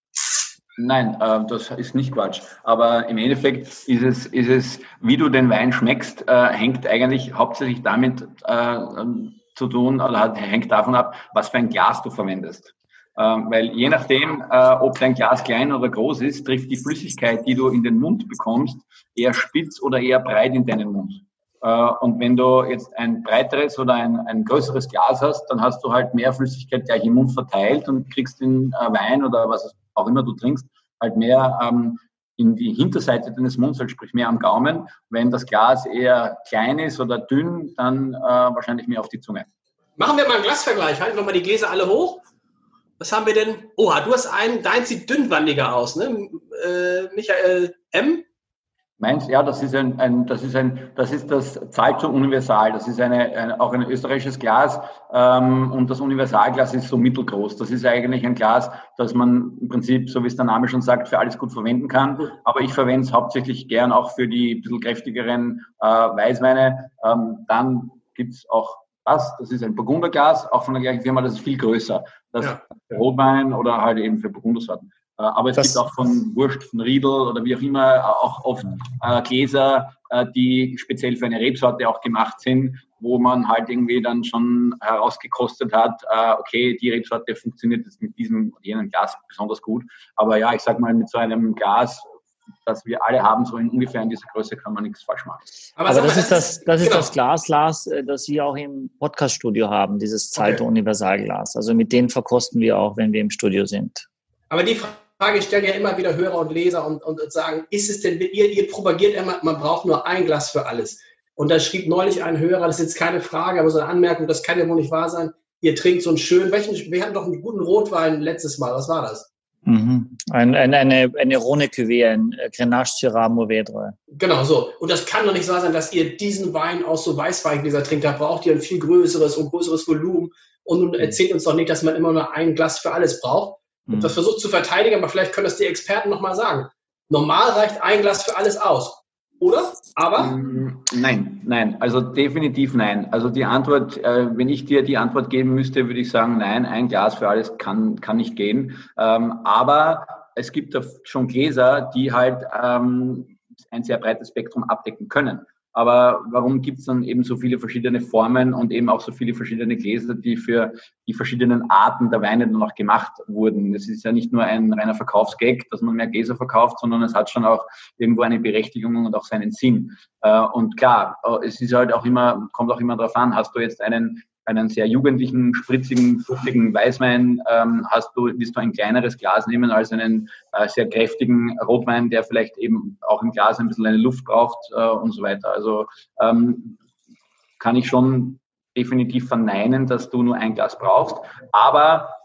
Nein, äh, das ist nicht Quatsch. Aber im Endeffekt ist es, ist es, wie du den Wein schmeckst, äh, hängt eigentlich hauptsächlich damit äh, zu tun oder hat, hängt davon ab, was für ein Glas du verwendest. Ähm, weil je nachdem, äh, ob dein Glas klein oder groß ist, trifft die Flüssigkeit, die du in den Mund bekommst, eher spitz oder eher breit in deinen Mund. Äh, und wenn du jetzt ein breiteres oder ein, ein größeres Glas hast, dann hast du halt mehr Flüssigkeit gleich im Mund verteilt und kriegst den äh, Wein oder was auch immer du trinkst, halt mehr ähm, in die Hinterseite deines Munds, also sprich mehr am Gaumen. Wenn das Glas eher klein ist oder dünn, dann äh, wahrscheinlich mehr auf die Zunge. Machen wir mal einen Glasvergleich. Halten wir mal die Gläser alle hoch. Was haben wir denn? Oha, du hast einen, dein sieht dünnwandiger aus, ne? Äh, Michael M.? Meins, ja, das ist ein, ein, das ist ein, das ist das Zalto Universal. Das ist eine, eine auch ein österreichisches Glas ähm, und das Universalglas ist so mittelgroß. Das ist eigentlich ein Glas, das man im Prinzip, so wie es der Name schon sagt, für alles gut verwenden kann. Aber ich verwende es hauptsächlich gern auch für die bisschen kräftigeren äh, Weißweine. Ähm, dann gibt's auch das. Das ist ein Burgunderglas, auch von der gleichen Firma. Das ist viel größer. Das ja. Für Rotwein oder halt eben für Burgundersorten. Aber es das gibt auch von Wurst, von Riedel oder wie auch immer auch oft äh, Gläser, äh, die speziell für eine Rebsorte auch gemacht sind, wo man halt irgendwie dann schon herausgekostet hat, äh, okay, die Rebsorte funktioniert jetzt mit diesem oder jenem Glas besonders gut. Aber ja, ich sag mal, mit so einem Glas, das wir alle haben, so in ungefähr in dieser Größe, kann man nichts falsch machen. Aber, Aber das, ist das, das ist genau. das Glas, Lars, das wir auch im Podcaststudio haben, dieses Zalto okay. Universalglas. Also mit denen verkosten wir auch, wenn wir im Studio sind. Aber die Frage stellen ja immer wieder Hörer und Leser und, und sagen, ist es denn, ihr, ihr propagiert immer, man braucht nur ein Glas für alles. Und da schrieb neulich ein Hörer, das ist jetzt keine Frage, aber so eine Anmerkung, das kann ja wohl nicht wahr sein, ihr trinkt so einen schönen, welchen, wir hatten doch einen guten Rotwein letztes Mal, was war das? Mhm. Ein, ein, eine, eine Rhone Cuvée, ein Grenache Syrah Mourvèdre. Genau so. Und das kann doch nicht wahr sein, dass ihr diesen Wein aus so Weißweingläser trinkt. Da braucht ihr ein viel größeres und größeres Volumen. Und nun erzählt uns doch nicht, dass man immer nur ein Glas für alles braucht. Ich habe das versucht zu verteidigen, aber vielleicht können das die Experten nochmal sagen. Normal reicht ein Glas für alles aus, oder? Aber? Nein, nein, also definitiv nein. Also die Antwort, äh, wenn ich dir die Antwort geben müsste, würde ich sagen, nein, ein Glas für alles kann, kann nicht gehen. Ähm, aber es gibt schon Gläser, die halt ähm, ein sehr breites Spektrum abdecken können. Aber warum gibt es dann eben so viele verschiedene Formen und eben auch so viele verschiedene Gläser, die für die verschiedenen Arten der Weine dann auch gemacht wurden? Es ist ja nicht nur ein reiner Verkaufsgag, dass man mehr Gläser verkauft, sondern es hat schon auch irgendwo eine Berechtigung und auch seinen Sinn. Und klar, es ist halt auch immer, kommt auch immer darauf an, hast du jetzt einen einen sehr jugendlichen, spritzigen, fruchtigen Weißwein, ähm, hast du, willst du ein kleineres Glas nehmen als einen äh, sehr kräftigen Rotwein, der vielleicht eben auch im Glas ein bisschen eine Luft braucht äh, und so weiter. Also ähm, kann ich schon definitiv verneinen, dass du nur ein Glas brauchst. Aber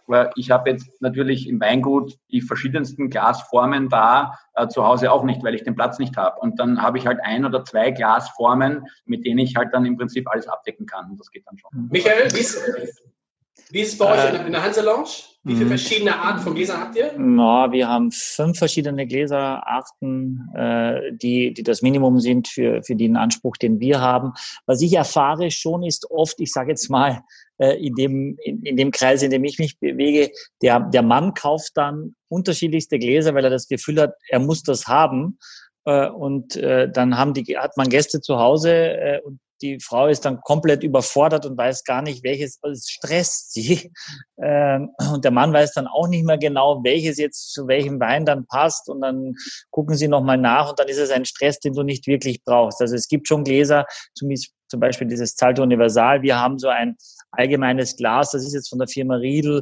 weil ich habe jetzt natürlich im Weingut die verschiedensten Glasformen da, äh, zu Hause auch nicht, weil ich den Platz nicht habe. Und dann habe ich halt ein oder zwei Glasformen, mit denen ich halt dann im Prinzip alles abdecken kann. Und das geht dann schon. Michael, wie ist, wie ist es bei euch in der Hanse Lounge? Wie viele verschiedene Arten von Gläsern habt ihr? Na, wir haben fünf verschiedene Gläserarten, äh, die, die das Minimum sind für, für den Anspruch, den wir haben. Was ich erfahre schon ist oft, ich sage jetzt mal, äh, in dem, in, in dem Kreis, in dem ich mich bewege, der, der Mann kauft dann unterschiedlichste Gläser, weil er das Gefühl hat, er muss das haben. Äh, und äh, dann haben die, hat man Gäste zu Hause äh, und die Frau ist dann komplett überfordert und weiß gar nicht, welches, es stresst sie. Und der Mann weiß dann auch nicht mehr genau, welches jetzt zu welchem Wein dann passt. Und dann gucken sie nochmal nach und dann ist es ein Stress, den du nicht wirklich brauchst. Also es gibt schon Gläser, zum Beispiel dieses Zalto Universal. Wir haben so ein allgemeines Glas, das ist jetzt von der Firma Riedel,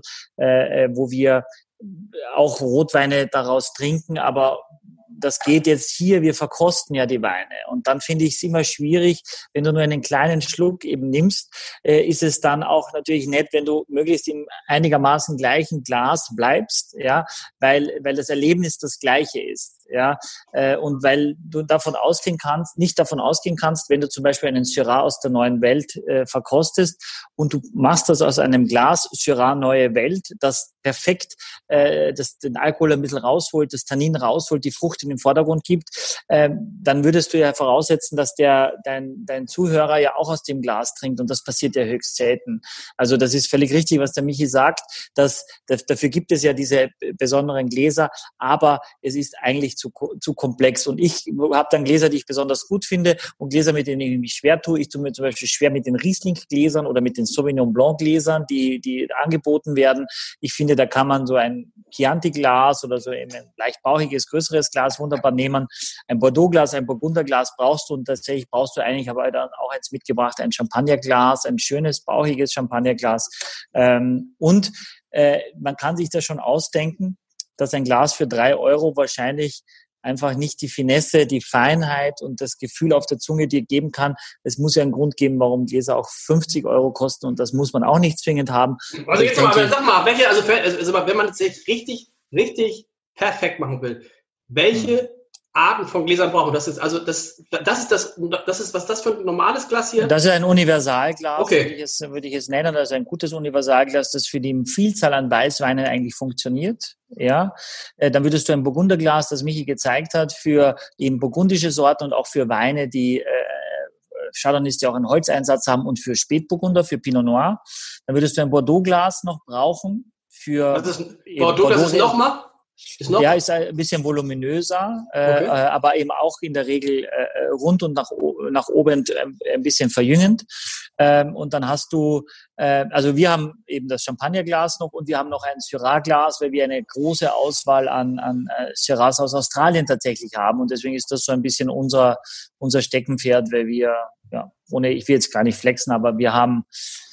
wo wir auch Rotweine daraus trinken, aber das geht jetzt hier, wir verkosten ja die Weine. Und dann finde ich es immer schwierig, wenn du nur einen kleinen Schluck eben nimmst, äh, ist es dann auch natürlich nett, wenn du möglichst im einigermaßen gleichen Glas bleibst, ja, weil, weil das Erlebnis das gleiche ist, ja, äh, und weil du davon ausgehen kannst, nicht davon ausgehen kannst, wenn du zum Beispiel einen Syrah aus der neuen Welt äh, verkostest und du machst das aus einem Glas Syrah neue Welt, das perfekt äh, das, den Alkohol ein bisschen rausholt, das Tannin rausholt, die Frucht in den Vordergrund gibt, äh, dann würdest du ja voraussetzen, dass der dein, dein Zuhörer ja auch aus dem Glas trinkt und das passiert ja höchst selten. Also das ist völlig richtig, was der Michi sagt, dass, dass dafür gibt es ja diese besonderen Gläser, aber es ist eigentlich zu, zu komplex und ich habe dann Gläser, die ich besonders gut finde und Gläser, mit denen ich mich schwer tue. Ich tue mir zum Beispiel schwer mit den Riesling-Gläsern oder mit den Sauvignon Blanc-Gläsern, die, die angeboten werden. Ich finde, da kann man so ein Chianti-Glas oder so ein leicht bauchiges, größeres Glas wunderbar nehmen. Ein Bordeaux-Glas, ein Burgunderglas brauchst du und tatsächlich brauchst du eigentlich, aber dann auch eins mitgebracht, ein Champagnerglas, ein schönes, bauchiges Champagnerglas. Ähm, und äh, man kann sich das schon ausdenken, dass ein Glas für drei Euro wahrscheinlich einfach nicht die Finesse, die Feinheit und das Gefühl auf der Zunge dir geben kann. Es muss ja einen Grund geben, warum Gläser auch fünfzig Euro kosten und das muss man auch nicht zwingend haben. Also jetzt denke, mal, sag mal, welche, also, also wenn man es jetzt richtig, richtig perfekt machen will, welche hm. Arten von Gläsern brauchen wir? Das ist also das, das ist das, das ist was das für ein normales Glas hier? Das ist ein Universalglas, okay. würde ich es, würde ich es nennen. Das ist ein gutes Universalglas, das für die Vielzahl an Weißweinen eigentlich funktioniert. Ja, dann würdest du ein Burgunderglas, das Michi gezeigt hat, für eben burgundische Sorten und auch für Weine, die äh, Chardonnays, die auch einen Holzeinsatz haben und für Spätburgunder, für Pinot Noir. Dann würdest du ein Bordeaux-Glas noch brauchen für was ist Bordeaux, Bordeaux, das ist nochmal? Ist noch? Ja, ist ein bisschen voluminöser, okay. äh, aber eben auch in der Regel äh, rund und nach, nach oben äh, ein bisschen verjüngend. Ähm, und dann hast du, äh, also wir haben eben das Champagnerglas noch und wir haben noch ein Syrah-Glas, weil wir eine große Auswahl an, an äh, Syrahs aus Australien tatsächlich haben. Und deswegen ist das so ein bisschen unser, unser Steckenpferd, weil wir, ja, ohne, ich will jetzt gar nicht flexen, aber wir haben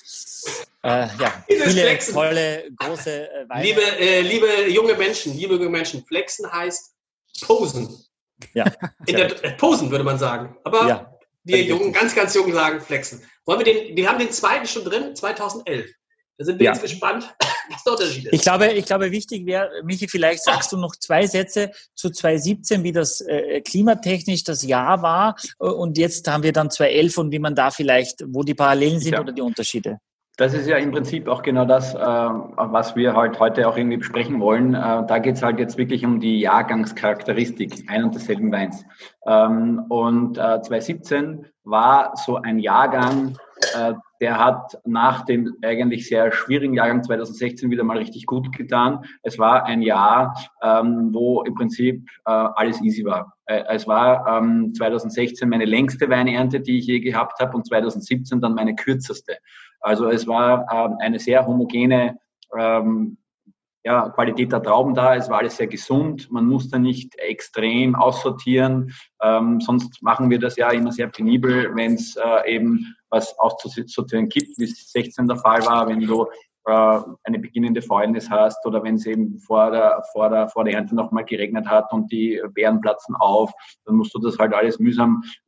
Äh, ja, viele Flexen. Tolle, große äh, Weine. Liebe, äh, liebe junge Menschen, liebe junge Menschen, Flexen heißt Posen. Ja. In der, äh, Posen würde man sagen. Aber ja, wir Jungen, ganz, ganz Jungen sagen Flexen. Wollen wir den, wir haben den zweiten schon drin, zweitauseldelf. Da sind wir ja. jetzt gespannt, was der Unterschied ist. Ich glaube, ich glaube, wichtig wäre, Michi, vielleicht sagst du noch zwei Sätze zu zwanzig siebzehn, wie das äh, klimatechnisch das Jahr war. Und jetzt haben wir dann zwanzig elf und wie man da vielleicht, wo die Parallelen sind ja. oder die Unterschiede. Das ist ja im Prinzip auch genau das, äh, was wir halt heute auch irgendwie besprechen wollen. Äh, da geht es halt jetzt wirklich um die Jahrgangscharakteristik ein und desselben Weins. Ähm, und äh, zwanzig siebzehn war so ein Jahrgang, äh, der hat nach dem eigentlich sehr schwierigen Jahrgang zwanzig sechzehn wieder mal richtig gut getan. Es war ein Jahr, ähm, wo im Prinzip äh, alles easy war. Äh, es war ähm, zwanzig sechzehn meine längste Weinernte, die ich je gehabt habe und zwanzig siebzehn dann meine kürzeste. Also es war ähm, eine sehr homogene ähm, ja, Qualität der Trauben da. Es war alles sehr gesund. Man musste nicht extrem aussortieren. Ähm, sonst machen wir das ja immer sehr penibel, wenn es äh, eben was auszusortieren gibt, wie es sechzehn der Fall war, wenn du äh, eine beginnende Fäulnis hast oder wenn es eben vor der, vor der, vor der Ernte nochmal geregnet hat und die Beeren platzen auf, dann musst du das halt alles mühsam äh,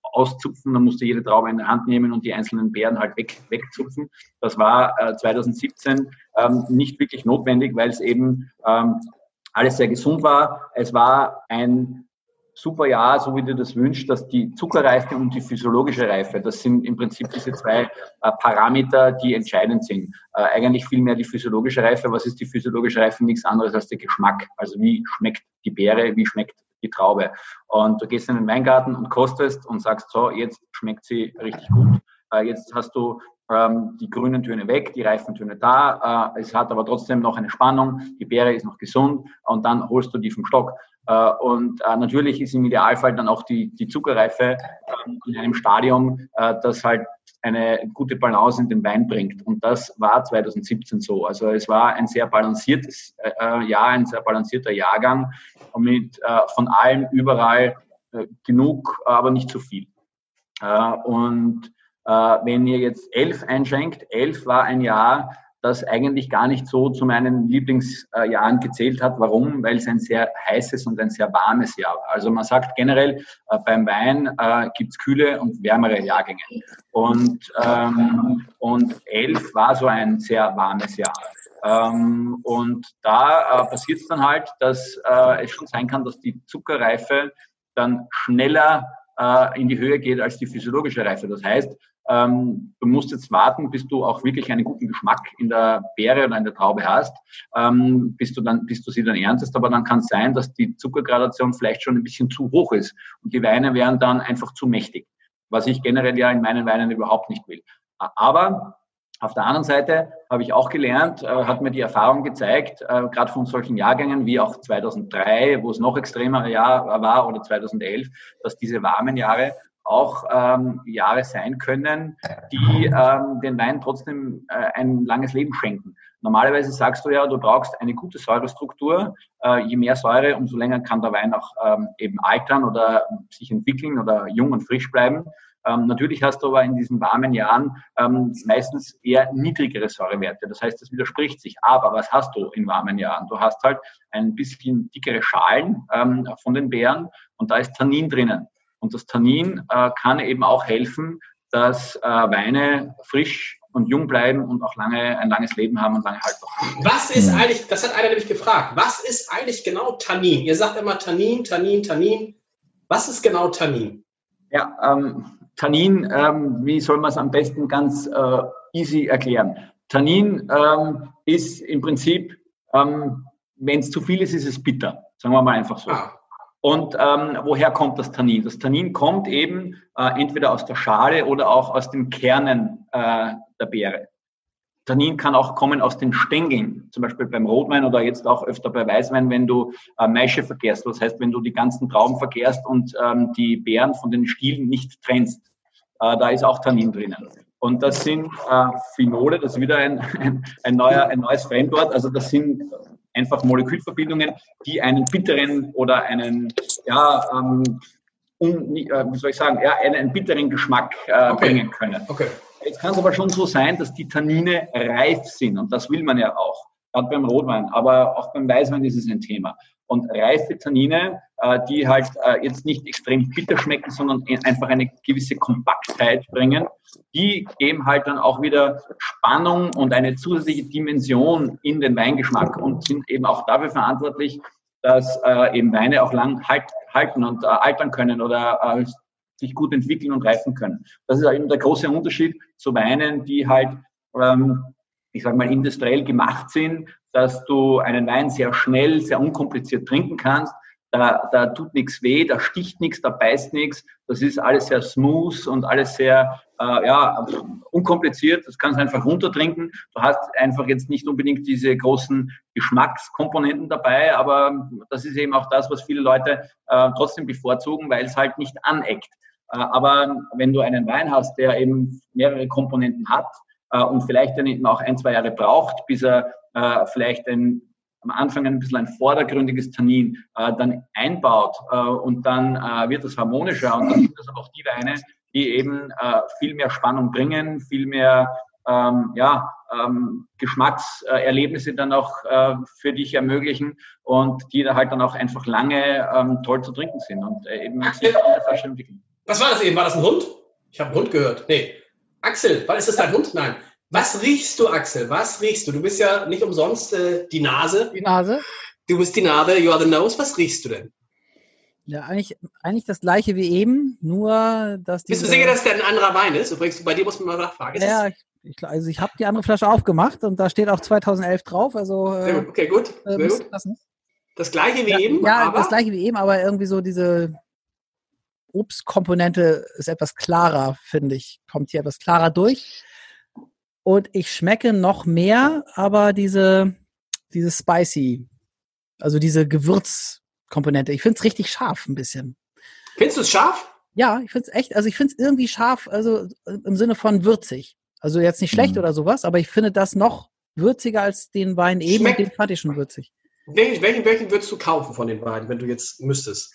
auszupfen, dann musst du jede Traube in der Hand nehmen und die einzelnen Beeren halt weg, wegzupfen. Das war äh, zwanzig siebzehn ähm, nicht wirklich notwendig, weil es eben ähm, alles sehr gesund war. Es war ein super Jahr, so wie du das wünschst, dass die Zuckerreife und die physiologische Reife, das sind im Prinzip diese zwei äh, Parameter, die entscheidend sind. Äh, eigentlich viel mehr die physiologische Reife. Was ist die physiologische Reife? Nichts anderes als der Geschmack. Also wie schmeckt die Beere, wie schmeckt die Traube? Und du gehst in den Weingarten und kostest und sagst, so, jetzt schmeckt sie richtig gut. Äh, jetzt hast du ähm, die grünen Töne weg, die reifen Töne da. Äh, es hat aber trotzdem noch eine Spannung. Die Beere ist noch gesund und dann holst du die vom Stock. Und äh, natürlich ist im Idealfall dann auch die, die Zuckerreife äh, in einem Stadium, äh, das halt eine gute Balance in den Wein bringt. Und das war zwanzig siebzehn so. Also es war ein sehr balanciertes äh, Jahr, ein sehr balancierter Jahrgang mit äh, von allem überall äh, genug, aber nicht zu viel. Äh, und äh, wenn ihr jetzt elf einschenkt, elf war ein Jahr, das eigentlich gar nicht so zu meinen Lieblingsjahren gezählt hat. Warum? Weil es ein sehr heißes und ein sehr warmes Jahr war. Also man sagt generell, äh, beim Wein äh, gibt es kühle und wärmere Jahrgänge. Und, ähm, und elf war so ein sehr warmes Jahr. Ähm, und da äh, passiert es dann halt, dass äh, es schon sein kann, dass die Zuckerreife dann schneller äh, in die Höhe geht als die physiologische Reife. Das heißt, Ähm, du musst jetzt warten, bis du auch wirklich einen guten Geschmack in der Beere oder in der Traube hast, ähm, bis du dann, bis du sie dann erntest. Aber dann kann es sein, dass die Zuckergradation vielleicht schon ein bisschen zu hoch ist und die Weine wären dann einfach zu mächtig, was ich generell ja in meinen Weinen überhaupt nicht will. Aber auf der anderen Seite habe ich auch gelernt, äh, hat mir die Erfahrung gezeigt, äh, gerade von solchen Jahrgängen wie auch zweitausenddrei, wo es noch extremer Jahr war, oder zweitausendelf, dass diese warmen Jahre auch ähm, Jahre sein können, die ähm, den Wein trotzdem äh, ein langes Leben schenken. Normalerweise sagst du ja, du brauchst eine gute Säurestruktur. Äh, je mehr Säure, umso länger kann der Wein auch ähm, eben altern oder sich entwickeln oder jung und frisch bleiben. Ähm, natürlich hast du aber in diesen warmen Jahren ähm, meistens eher niedrigere Säurewerte. Das heißt, das widerspricht sich. Aber was hast du in warmen Jahren? Du hast halt ein bisschen dickere Schalen ähm, von den Beeren und da ist Tannin drinnen. Und das Tannin äh, kann eben auch helfen, dass äh, Weine frisch und jung bleiben und auch lange ein langes Leben haben und lange haltbar. Was ist eigentlich, das hat einer nämlich gefragt, was ist eigentlich genau Tannin? Ihr sagt immer Tannin, Tannin, Tannin. Was ist genau Tannin? Ja, ähm, Tannin, ähm, wie soll man es am besten ganz äh, easy erklären? Tannin ähm, ist im Prinzip, ähm, wenn es zu viel ist, ist es bitter. Sagen wir mal einfach so. Ah. Und ähm, woher kommt das Tannin? Das Tannin kommt eben äh, entweder aus der Schale oder auch aus den Kernen äh, der Beere. Tannin kann auch kommen aus den Stängeln, zum Beispiel beim Rotwein oder jetzt auch öfter bei Weißwein, wenn du äh, Maische verkehrst. Das heißt, wenn du die ganzen Trauben verkehrst und ähm, die Beeren von den Stielen nicht trennst. Äh, da ist auch Tannin drinnen. Und das sind äh, Phenole, das ist wieder ein, ein, ein, neuer, ein neues Fremdwort. Also das sind einfach Molekülverbindungen, die einen bitteren oder einen, ja, ähm, un, äh, wie soll ich sagen, ja, einen, einen bitteren Geschmack äh, okay. bringen können. Okay. Jetzt kann es aber schon so sein, dass die Tannine reif sind und das will man ja auch, gerade beim Rotwein, aber auch beim Weißwein ist es ein Thema. Und reife Tannine, äh, die halt äh, jetzt nicht extrem bitter schmecken, sondern einfach eine gewisse Kompaktheit bringen, die geben halt dann auch wieder Spannung und eine zusätzliche Dimension in den Weingeschmack und sind eben auch dafür verantwortlich, dass äh, eben Weine auch lang halt, halten und äh, altern können oder äh, sich gut entwickeln und reifen können. Das ist eben der große Unterschied zu Weinen, die halt, ähm, ich sage mal, industriell gemacht sind, dass du einen Wein sehr schnell, sehr unkompliziert trinken kannst. Da, da tut nichts weh, da sticht nichts, da beißt nichts. Das ist alles sehr smooth und alles sehr äh, ja, unkompliziert. Das kannst du einfach runtertrinken. Du hast einfach jetzt nicht unbedingt diese großen Geschmackskomponenten dabei, aber das ist eben auch das, was viele Leute äh, trotzdem bevorzugen, weil es halt nicht aneckt. Äh, aber wenn du einen Wein hast, der eben mehrere Komponenten hat äh, und vielleicht dann eben auch ein, zwei Jahre braucht, bis er äh, vielleicht ein am Anfang ein bisschen ein vordergründiges Tannin äh, dann einbaut äh, und dann äh, wird es harmonischer und dann sind das auch die Weine, die eben äh, viel mehr Spannung bringen, viel mehr ähm, ja, ähm, Geschmackserlebnisse dann auch äh, für dich ermöglichen und die da halt dann auch einfach lange ähm, toll zu trinken sind und äh, eben sich in der Flasche entwickeln. Was war das eben? War das ein Hund? Ich habe einen Hund gehört. Nee. Axel, weil ist das dein Hund? Nein. Was riechst du, Axel? Was riechst du? Du bist ja nicht umsonst äh, die Nase. Die Nase? Du bist die Nase, you are the nose. Was riechst du denn? Ja, eigentlich, eigentlich das gleiche wie eben, nur dass die. Bist du sicher, dass der ein anderer Wein ist? Übrigens, bei dir muss man mal nachfragen. Ja, ich, ich, also ich habe die andere Flasche aufgemacht und da steht auch zweitausendelf drauf. Also, äh, okay, gut. Äh, gut. Das gleiche wie ja, eben? Ja, aber? das gleiche wie eben, aber irgendwie so diese Obstkomponente ist etwas klarer, finde ich. Kommt hier etwas klarer durch. Und ich schmecke noch mehr, aber diese, diese Spicy, also diese Gewürzkomponente. Ich finde es richtig scharf ein bisschen. Findest du es scharf? Ja, ich finde es echt, also ich finde es irgendwie scharf, also im Sinne von würzig. Also jetzt nicht schlecht mhm. oder sowas, aber ich finde das noch würziger als den Wein eben. Schmeckt, und den fand ich schon würzig. Welchen, welchen, welchen würdest du kaufen von den beiden, wenn du jetzt müsstest?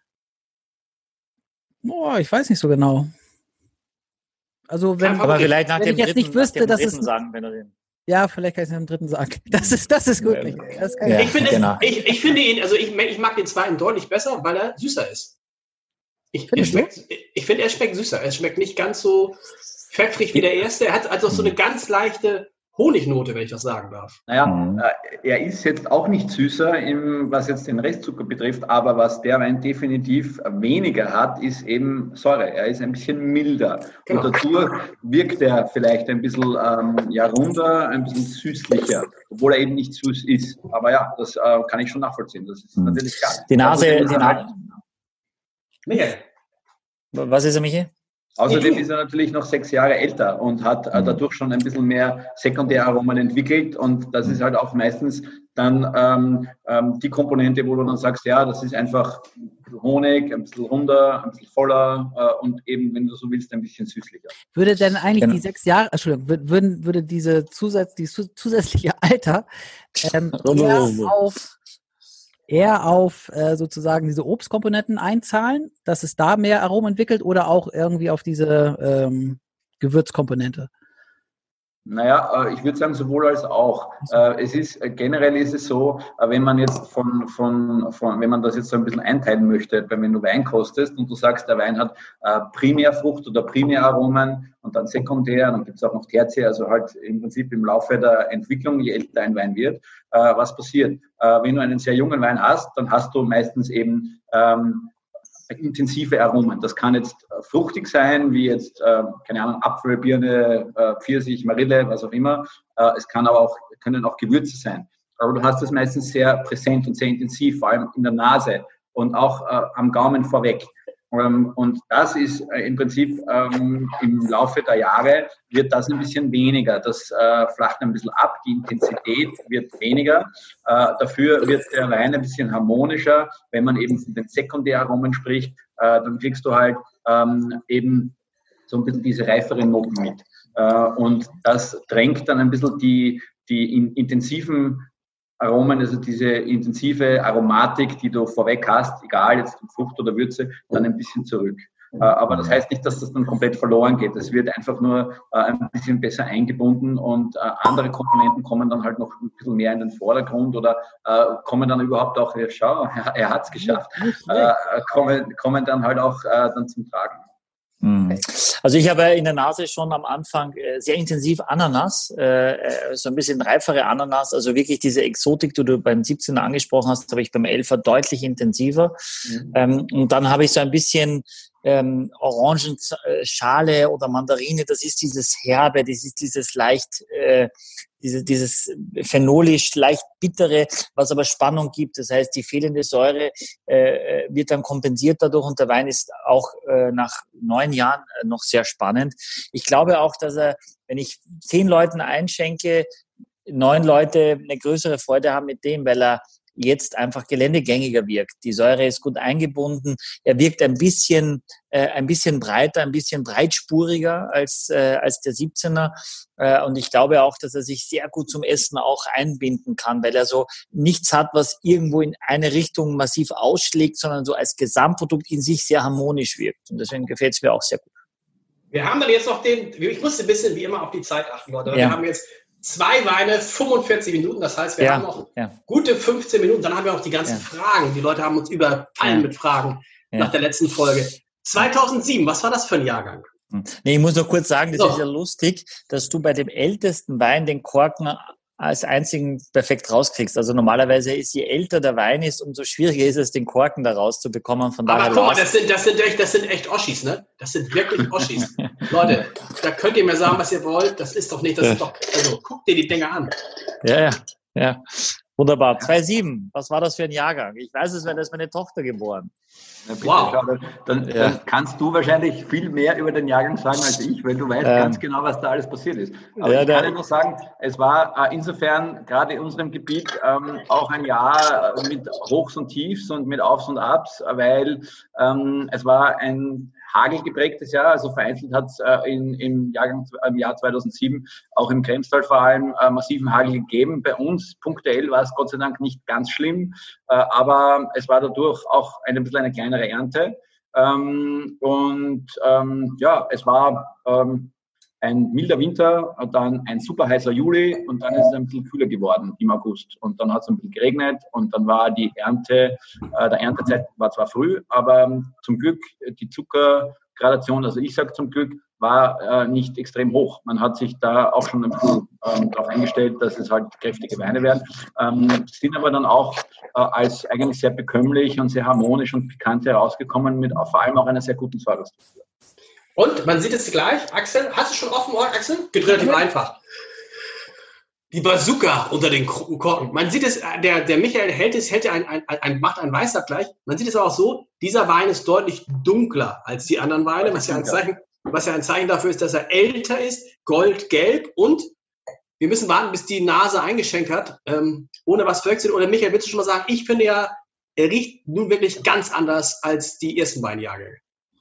Boah, ich weiß nicht so genau. Also wenn, aber vielleicht nach wenn dem ich jetzt dritten, nicht wüsste, dass es sagen, wenn du den ja, vielleicht kann ich es nach dem dritten sagen. Das ist, das ist gut. Ja, das ja, ich, finde, genau. ich, ich finde ihn, also ich, ich mag den zweiten deutlich besser, weil er süßer ist. Ich, er schmeckt, ich finde, er schmeckt süßer. Er schmeckt nicht ganz so pfeffrig wie der erste. Er hat also so eine ganz leichte Honignote, wenn ich das sagen darf. Naja, mhm. äh, er ist jetzt auch nicht süßer, im, was jetzt den Restzucker betrifft, aber was der Wein definitiv weniger hat, ist eben Säure. Er ist ein bisschen milder. Genau. Und dazu wirkt er vielleicht ein bisschen ähm, ja, runder, ein bisschen süßlicher, obwohl er eben nicht süß ist. Aber ja, das äh, kann ich schon nachvollziehen. Das ist mhm. natürlich klar. Die Nase, die Nase. Michael. Was ist er, Michael? Außerdem ist er natürlich noch sechs Jahre älter und hat äh, dadurch schon ein bisschen mehr Sekundäraromen entwickelt und das ist halt auch meistens dann ähm, ähm, die Komponente, wo du dann sagst, ja, das ist einfach ein bisschen Honig, ein bisschen runder, ein bisschen voller äh, und eben, wenn du so willst, ein bisschen süßlicher. Würde denn eigentlich genau. die sechs Jahre, Entschuldigung, würden, würde diese Zusatz, die zusätzliche Alter ähm, eher auf eher auf äh, sozusagen diese Obstkomponenten einzahlen, dass es da mehr Aromen entwickelt oder auch irgendwie auf diese ähm, Gewürzkomponente? Naja, ich würde sagen, sowohl als auch. Es ist, generell ist es so, wenn man jetzt von, von, von, wenn man das jetzt so ein bisschen einteilen möchte, wenn du Wein kostest und du sagst, der Wein hat Primärfrucht oder Primäraromen und dann Sekundär, dann gibt es auch noch Tertiär, also halt im Prinzip im Laufe der Entwicklung, je älter ein Wein wird, was passiert? Wenn du einen sehr jungen Wein hast, dann hast du meistens eben ähm, intensive Aromen. Das kann jetzt äh, fruchtig sein, wie jetzt, äh, keine Ahnung, Apfel, Birne, äh, Pfirsich, Marille, was auch immer. Äh, es kann aber auch, können auch Gewürze sein. Aber du hast das meistens sehr präsent und sehr intensiv, vor allem in der Nase und auch äh, am Gaumen vorweg. Ähm, und das ist äh, im Prinzip ähm, im Laufe der Jahre wird das ein bisschen weniger. Das äh, flacht ein bisschen ab, die Intensität wird weniger. Äh, dafür wird der Wein ein bisschen harmonischer. Wenn man eben von den Sekundäraromen spricht, äh, dann kriegst du halt ähm, eben so ein bisschen diese reiferen Noten mit. Äh, und das drängt dann ein bisschen die, die in, intensiven Aromen, also diese intensive Aromatik, die du vorweg hast, egal jetzt Frucht oder Würze, dann ein bisschen zurück. Aber das heißt nicht, dass das dann komplett verloren geht. Es wird einfach nur ein bisschen besser eingebunden und andere Komponenten kommen dann halt noch ein bisschen mehr in den Vordergrund oder kommen dann überhaupt auch, ja, schau, er hat es geschafft, kommen, kommen dann halt auch dann zum Tragen. Also ich habe in der Nase schon am Anfang sehr intensiv Ananas, so ein bisschen reifere Ananas, also wirklich diese Exotik, die du beim siebzehner angesprochen hast, habe ich beim elfer deutlich intensiver. Mhm. Und dann habe ich so ein bisschen ähm, Orangenschale oder Mandarine, das ist dieses Herbe, das ist dieses leicht, äh, dieses, dieses phenolisch leicht bittere, was aber Spannung gibt. Das heißt, die fehlende Säure äh, wird dann kompensiert dadurch und der Wein ist auch äh, nach neun Jahren äh, noch sehr spannend. Ich glaube auch, dass er, wenn ich zehn Leuten einschenke, neun Leute eine größere Freude haben mit dem, weil er jetzt einfach geländegängiger wirkt. Die Säure ist gut eingebunden. Er wirkt ein bisschen, äh, ein bisschen breiter, ein bisschen breitspuriger als, äh, als der siebzehner. Äh, und ich glaube auch, dass er sich sehr gut zum Essen auch einbinden kann, weil er so nichts hat, was irgendwo in eine Richtung massiv ausschlägt, sondern so als Gesamtprodukt in sich sehr harmonisch wirkt. Und deswegen gefällt es mir auch sehr gut. Wir haben dann jetzt noch den, ich musste ein bisschen wie immer auf die Zeit achten, Leute. Ja. Wir haben jetzt zwei Weine, fünfundvierzig Minuten, das heißt, wir ja, haben noch ja. gute fünfzehn Minuten, dann haben wir auch die ganzen ja. Fragen. Die Leute haben uns überfallen ja. mit Fragen ja. nach der letzten Folge. zweitausendsieben, was war das für ein Jahrgang? Nee, ich muss noch kurz sagen, das So. ist ja lustig, dass du bei dem ältesten Wein den Korken als einzigen perfekt rauskriegst. Also normalerweise ist, je älter der Wein ist, umso schwieriger ist es, den Korken da rauszubekommen. Von Aber daher guck mal, Lars- das sind, das, sind echt, das sind echt Oschis, ne? Das sind wirklich Oschis. Leute, da könnt ihr mir sagen, was ihr wollt. Das ist doch nicht, das ist doch, also guckt dir die Dinge an. Ja, ja, ja. Wunderbar. zweitausendsieben, was war das für ein Jahrgang? Ich weiß es, weil da ist meine Tochter geboren. Na bitte, Wow. schau, dann, Ja. dann kannst du wahrscheinlich viel mehr über den Jahrgang sagen als ich, weil du weißt Ähm. ganz genau, was da alles passiert ist. Aber Ja, ich der- kann ja nur sagen, es war äh, insofern gerade in unserem Gebiet ähm, auch ein Jahr äh, mit Hochs und Tiefs und mit Aufs und Abs, weil ähm, es war ein hagelgeprägtes Jahr, also vereinzelt hat es äh, in, im, Jahrgang, im Jahr zweitausendsieben auch im Kremstal vor allem äh, massiven Hagel gegeben. Bei uns punktuell war es Gott sei Dank nicht ganz schlimm, äh, aber es war dadurch auch ein bisschen eine kleinere Ernte. Ähm, und ähm, ja, es war ähm, ein milder Winter, dann ein super heißer Juli und dann ist es ein bisschen kühler geworden im August. Und dann hat es ein bisschen geregnet und dann war die Ernte, äh, der Erntezeit war zwar früh, aber ähm, zum Glück die Zuckergradation, also ich sage zum Glück, war äh, nicht extrem hoch. Man hat sich da auch schon ein bisschen ähm, darauf eingestellt, dass es halt kräftige Weine werden. Ähm, sind aber dann auch äh, als eigentlich sehr bekömmlich und sehr harmonisch und pikant herausgekommen, mit vor allem auch einer sehr guten Säurestruktur. Und man sieht es gleich, Axel, hast du schon offen, Axel? Geht relativ einfach. Die Bazooka unter den Korken. Man sieht es, der, der Michael hält es, hält ein, ein, ein, macht einen Weißabgleich. Man sieht es aber auch so, dieser Wein ist deutlich dunkler als die anderen Weine, was ja ein Zeichen, was ja ein Zeichen dafür ist, dass er älter ist, goldgelb und wir müssen warten, bis die Nase eingeschenkt hat, ähm, ohne was verwechseln. Oder Michael, willst du schon mal sagen, ich finde ja, er riecht nun wirklich ganz anders als die ersten beiden Jahrgänge.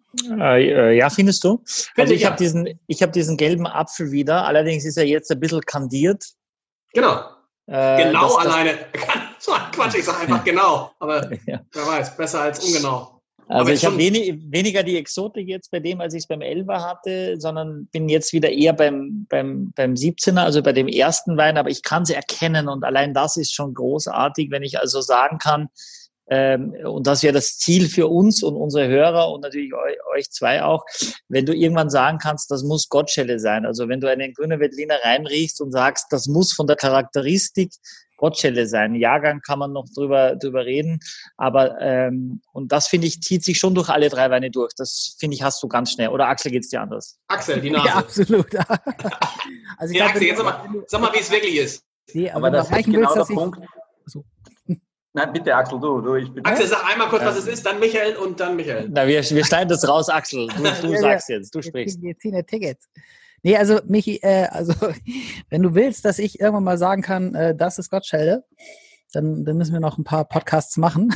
Äh, ja, findest du? Finde Also ich, ich habe ja. diesen, ich habe diesen gelben Apfel wieder. Allerdings ist er jetzt ein bisschen kandiert. Genau. Äh, Genau das, das, alleine. So ein Quatsch, ich sage einfach genau. Aber Ja. wer weiß, besser als ungenau. Also Aber ich habe schon- wenig, weniger die Exotik jetzt bei dem, als ich es beim Elfer hatte, sondern bin jetzt wieder eher beim, beim, beim siebzehner, also bei dem ersten Wein. Aber ich kann sie erkennen und allein das ist schon großartig, wenn ich also sagen kann, ähm, und das wäre das Ziel für uns und unsere Hörer und natürlich euch, euch zwei auch, wenn du irgendwann sagen kannst, das muss Gottschelle sein. Also wenn du einen grünen Veltliner reinriechst und sagst, das muss von der Charakteristik Gottschelle sein. Jahrgang kann man noch drüber, drüber reden, aber ähm, und das, finde ich, zieht sich schon durch alle drei Weine durch. Das, finde ich, hast du ganz schnell. Oder Axel, geht's dir anders? Axel, die Ja, Nase. absolut. Also ich Ja, glaub, Axel, wenn jetzt du- sag mal, wenn du- sag mal, wie es wirklich ist. Nee, aber, Aber wenn du das ist erreichen genau willst, der dass ich, Punkt. So. Nein, bitte Axel, du, du ich bin. Axel, sag einmal kurz, was es ist, dann Michael und dann Michael. Na, wir, wir schneiden das raus, Axel. Du, du Ja, sagst jetzt, du wir sprichst. ziehen, wir ziehen ja Tickets. Nee, also Michi, äh, also wenn du willst, dass ich irgendwann mal sagen kann, äh, das ist Gottschelle, dann, dann müssen wir noch ein paar Podcasts machen.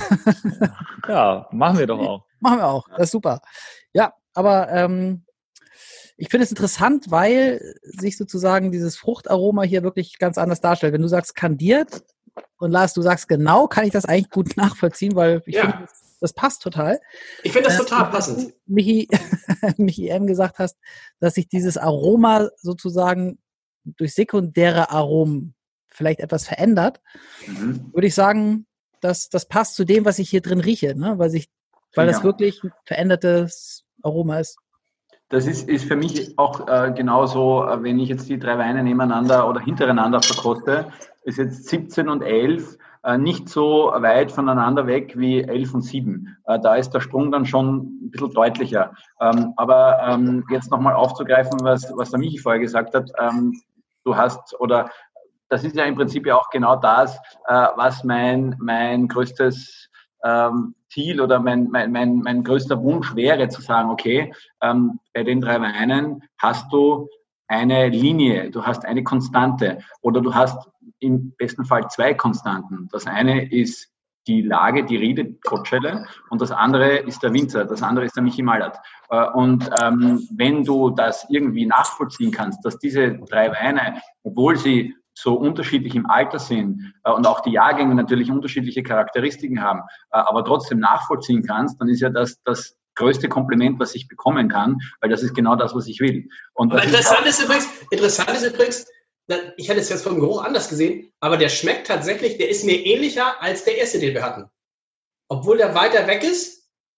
Ja, machen wir doch auch. Machen wir auch. Das ist super. Ja, aber ähm, ich finde es interessant, weil sich sozusagen dieses Fruchtaroma hier wirklich ganz anders darstellt. Wenn du sagst kandiert und Lars, du sagst genau, kann ich das eigentlich gut nachvollziehen, weil ich Ja. finde, das, das passt total. Ich finde das Äh, total und dass passend. du, Michi, Michi eben gesagt hast, dass sich dieses Aroma sozusagen durch sekundäre Aromen vielleicht etwas verändert, Mhm. würde ich sagen, dass das passt zu dem, was ich hier drin rieche, ne? weil, ich, weil das Ja. wirklich ein verändertes Aroma ist. Das ist, ist für mich auch äh, genauso, äh, wenn ich jetzt die drei Weine nebeneinander oder hintereinander verkoste, ist jetzt siebzehn und elf äh, nicht so weit voneinander weg wie elf und sieben. Äh, da ist der Sprung dann schon ein bisschen deutlicher. Ähm, aber ähm, jetzt nochmal aufzugreifen, was, was der Michi vorher gesagt hat, ähm, du hast, oder das ist ja im Prinzip ja auch genau das, äh, was mein, mein größtes ähm, Ziel oder mein, mein, mein, mein größter Wunsch wäre, zu sagen, okay, ähm, bei den drei Weinen hast du eine Linie, du hast eine Konstante oder du hast im besten Fall zwei Konstanten. Das eine ist die Lage, die Riede, Gottschelle, und das andere ist der Winzer, das andere ist der Michi Mallert. Äh, und ähm, wenn du das irgendwie nachvollziehen kannst, dass diese drei Weine, obwohl sie so unterschiedlich im Alter sind äh, und auch die Jahrgänge natürlich unterschiedliche Charakteristiken haben, äh, aber trotzdem nachvollziehen kannst, dann ist ja das das größte Kompliment, was ich bekommen kann, weil das ist genau das, was ich will. Und Aber das interessant ist ist übrigens, interessant ist übrigens, ich hätte es jetzt vom Geruch anders gesehen, aber der schmeckt tatsächlich, der ist mir ähnlicher als der erste, den wir hatten. Obwohl der weiter weg ist,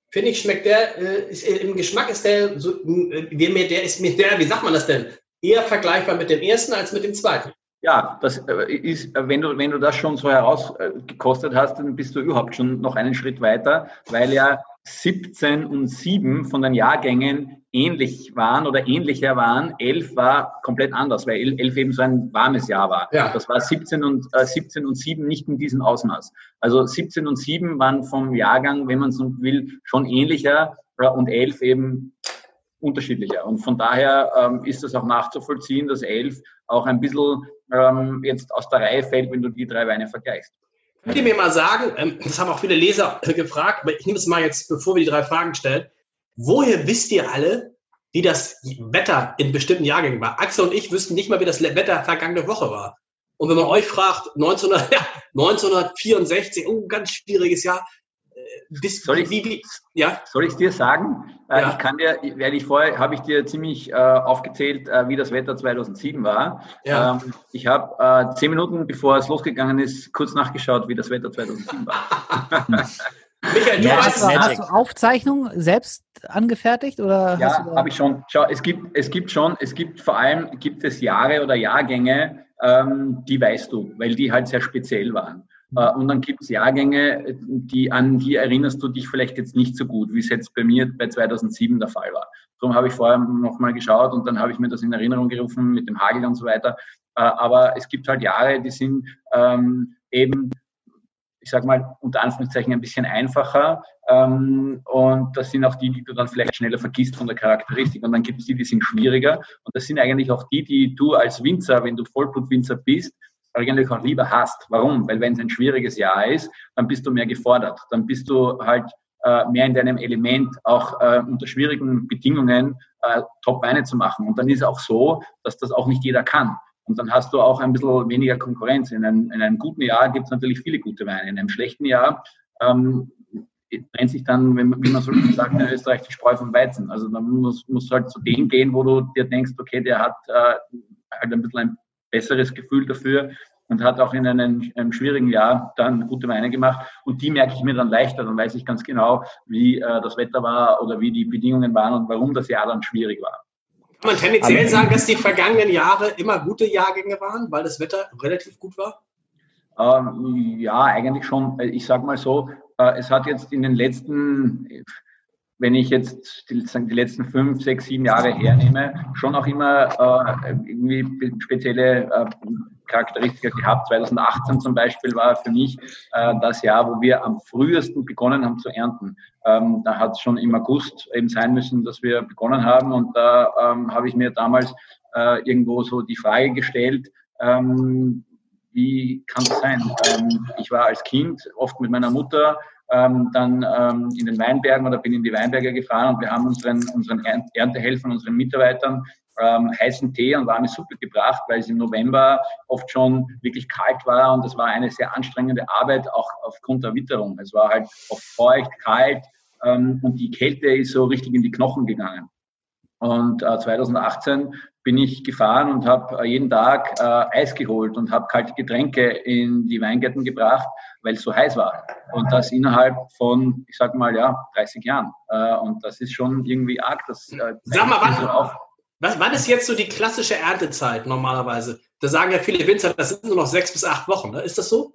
Finde ich, schmeckt der, äh, ist, im Geschmack ist der, so, äh, der ist mit der, wie sagt man das denn, eher vergleichbar mit dem ersten als mit dem zweiten. Ja, das ist, wenn du, wenn du das schon so herausgekostet hast, dann bist du überhaupt schon noch einen Schritt weiter, weil ja siebzehn und sieben von den Jahrgängen ähnlich waren oder ähnlicher waren. elf war komplett anders, weil elf eben so ein warmes Jahr war. Ja. Das war siebzehn und, äh, siebzehn und sieben nicht in diesem Ausmaß. Also siebzehn und sieben waren vom Jahrgang, wenn man so will, schon ähnlicher äh, und elf eben unterschiedlicher. Und von daher ähm, ist es auch nachzuvollziehen, dass elf auch ein bisschen ähm, jetzt aus der Reihe fällt, wenn du die drei Weine vergleichst. Könnt ihr mir mal sagen, ähm, das haben auch viele Leser äh, gefragt, aber ich nehme es mal jetzt, bevor wir die drei Fragen stellen, woher wisst ihr alle, wie das Wetter in bestimmten Jahrgängen war? Axel und ich wüssten nicht mal, wie das Wetter vergangene Woche war. Und wenn man euch fragt, neunzehnhundert, ja, neunzehnhundertvierundsechzig, oh, ganz schwieriges Jahr, Bis, soll ich wie, wie, ja? soll ich es dir sagen? Äh, Ja. Ich kann dir, werde ich vorher, habe ich dir ziemlich äh, aufgezählt, äh, wie das Wetter zweitausendsieben war. Ja. Ähm, ich habe äh, zehn Minuten, bevor es losgegangen ist, kurz nachgeschaut, wie das Wetter zweitausendsieben war. Michael, du Ja, weißt, das- Hast du Aufzeichnungen selbst angefertigt? Oder hast Ja, du da- habe ich schon. Schau, es gibt, es gibt schon, es gibt vor allem, gibt es Jahre oder Jahrgänge, ähm, die weißt du, weil die halt sehr speziell waren. Äh, und dann gibt es Jahrgänge, die, an die erinnerst du dich vielleicht jetzt nicht so gut, wie es jetzt bei mir bei zweitausendsieben der Fall war. Darum habe ich vorher nochmal geschaut und dann habe ich mir das in Erinnerung gerufen mit dem Hagel und so weiter. Äh, aber es gibt halt Jahre, die sind ähm, eben, ich sag mal, unter Anführungszeichen ein bisschen einfacher. Ähm, und das sind auch die, die du dann vielleicht schneller vergisst von der Charakteristik. Und dann gibt es die, die sind schwieriger. Und das sind eigentlich auch die, die du als Winzer, wenn du Vollblutwinzer bist, eigentlich auch lieber hast. Warum? Weil wenn es ein schwieriges Jahr ist, dann bist du mehr gefordert. Dann bist du halt äh, mehr in deinem Element, auch äh, unter schwierigen Bedingungen äh, Top-Weine zu machen. Und dann ist es auch so, dass das auch nicht jeder kann. Und dann hast du auch ein bisschen weniger Konkurrenz. In einem, in einem guten Jahr gibt es natürlich viele gute Weine. In einem schlechten Jahr ähm, trennt sich dann, wenn, wie man so schön sagt, in Österreich die Spreu vom Weizen. Also dann musst du halt zu dem gehen, wo du dir denkst, okay, der hat äh, halt ein bisschen ein besseres Gefühl dafür und hat auch in einem, einem schwierigen Jahr dann gute Weine gemacht. Und die merke ich mir dann leichter. Dann weiß ich ganz genau, wie äh, das Wetter war oder wie die Bedingungen waren und warum das Jahr dann schwierig war. Kann man tendenziell sagen, dass die vergangenen Jahre immer gute Jahrgänge waren, weil das Wetter relativ gut war? Ähm, ja, eigentlich schon. Ich sage mal so, äh, es hat jetzt in den letzten, wenn ich jetzt die, die letzten fünf, sechs, sieben Jahre hernehme, schon auch immer äh, irgendwie spezielle äh, Charakteristika gehabt. zweitausendachtzehn zum Beispiel war für mich äh, das Jahr, wo wir am frühesten begonnen haben zu ernten. Ähm, da hat es schon im August eben sein müssen, dass wir begonnen haben. Und da ähm, habe ich mir damals äh, irgendwo so die Frage gestellt, ähm, wie kann es sein? Ähm, ich war als Kind oft mit meiner Mutter ähm, dann ähm, in den Weinbergen oder bin in die Weinberge gefahren und wir haben unseren, unseren Erntehelfern, unseren Mitarbeitern ähm, heißen Tee und warme Suppe gebracht, weil es im November oft schon wirklich kalt war und es war eine sehr anstrengende Arbeit, auch aufgrund der Witterung. Es war halt oft feucht, kalt ähm, und die Kälte ist so richtig in die Knochen gegangen. Und äh, zweitausendachtzehn bin ich gefahren und habe äh, jeden Tag äh, Eis geholt und habe kalte Getränke in die Weingärten gebracht, weil es so heiß war. Und das innerhalb von, ich sag mal, ja, dreißig Jahren. Äh, und das ist schon irgendwie arg. Das, äh, Sag mal, wann, so auf. was, wann ist jetzt so die klassische Erntezeit normalerweise? Da sagen ja viele Winzer, das sind nur noch sechs bis acht Wochen. Ne? Ist das so?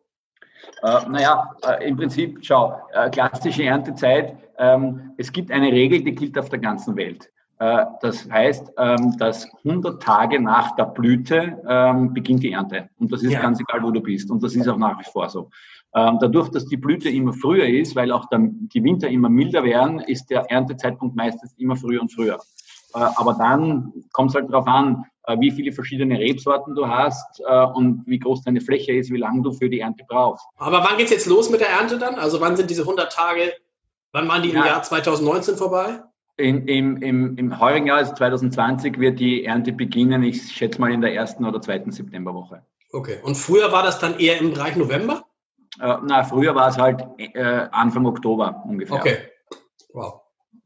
Äh, naja, äh, im Prinzip, schau, äh, klassische Erntezeit, ähm, es gibt eine Regel, die gilt auf der ganzen Welt. Das heißt, dass hundert Tage nach der Blüte beginnt die Ernte. Und das ist ja ganz egal, wo du bist. Und das ist auch nach wie vor so. Dadurch, dass die Blüte immer früher ist, weil auch die Winter immer milder werden, ist der Erntezeitpunkt meistens immer früher und früher. Aber dann kommt es halt darauf an, wie viele verschiedene Rebsorten du hast und wie groß deine Fläche ist, wie lange du für die Ernte brauchst. Aber wann geht es jetzt los mit der Ernte dann? Also wann sind diese hundert Tage, wann waren die im ja. Jahr zweitausendneunzehn vorbei? In, im, im, Im heurigen Jahr, also zweitausendzwanzig, wird die Ernte beginnen, ich schätze mal in der ersten oder zweiten Septemberwoche. Okay, und früher war das dann eher im Bereich November? Äh, na, früher war es halt äh, Anfang Oktober ungefähr. Okay, wow.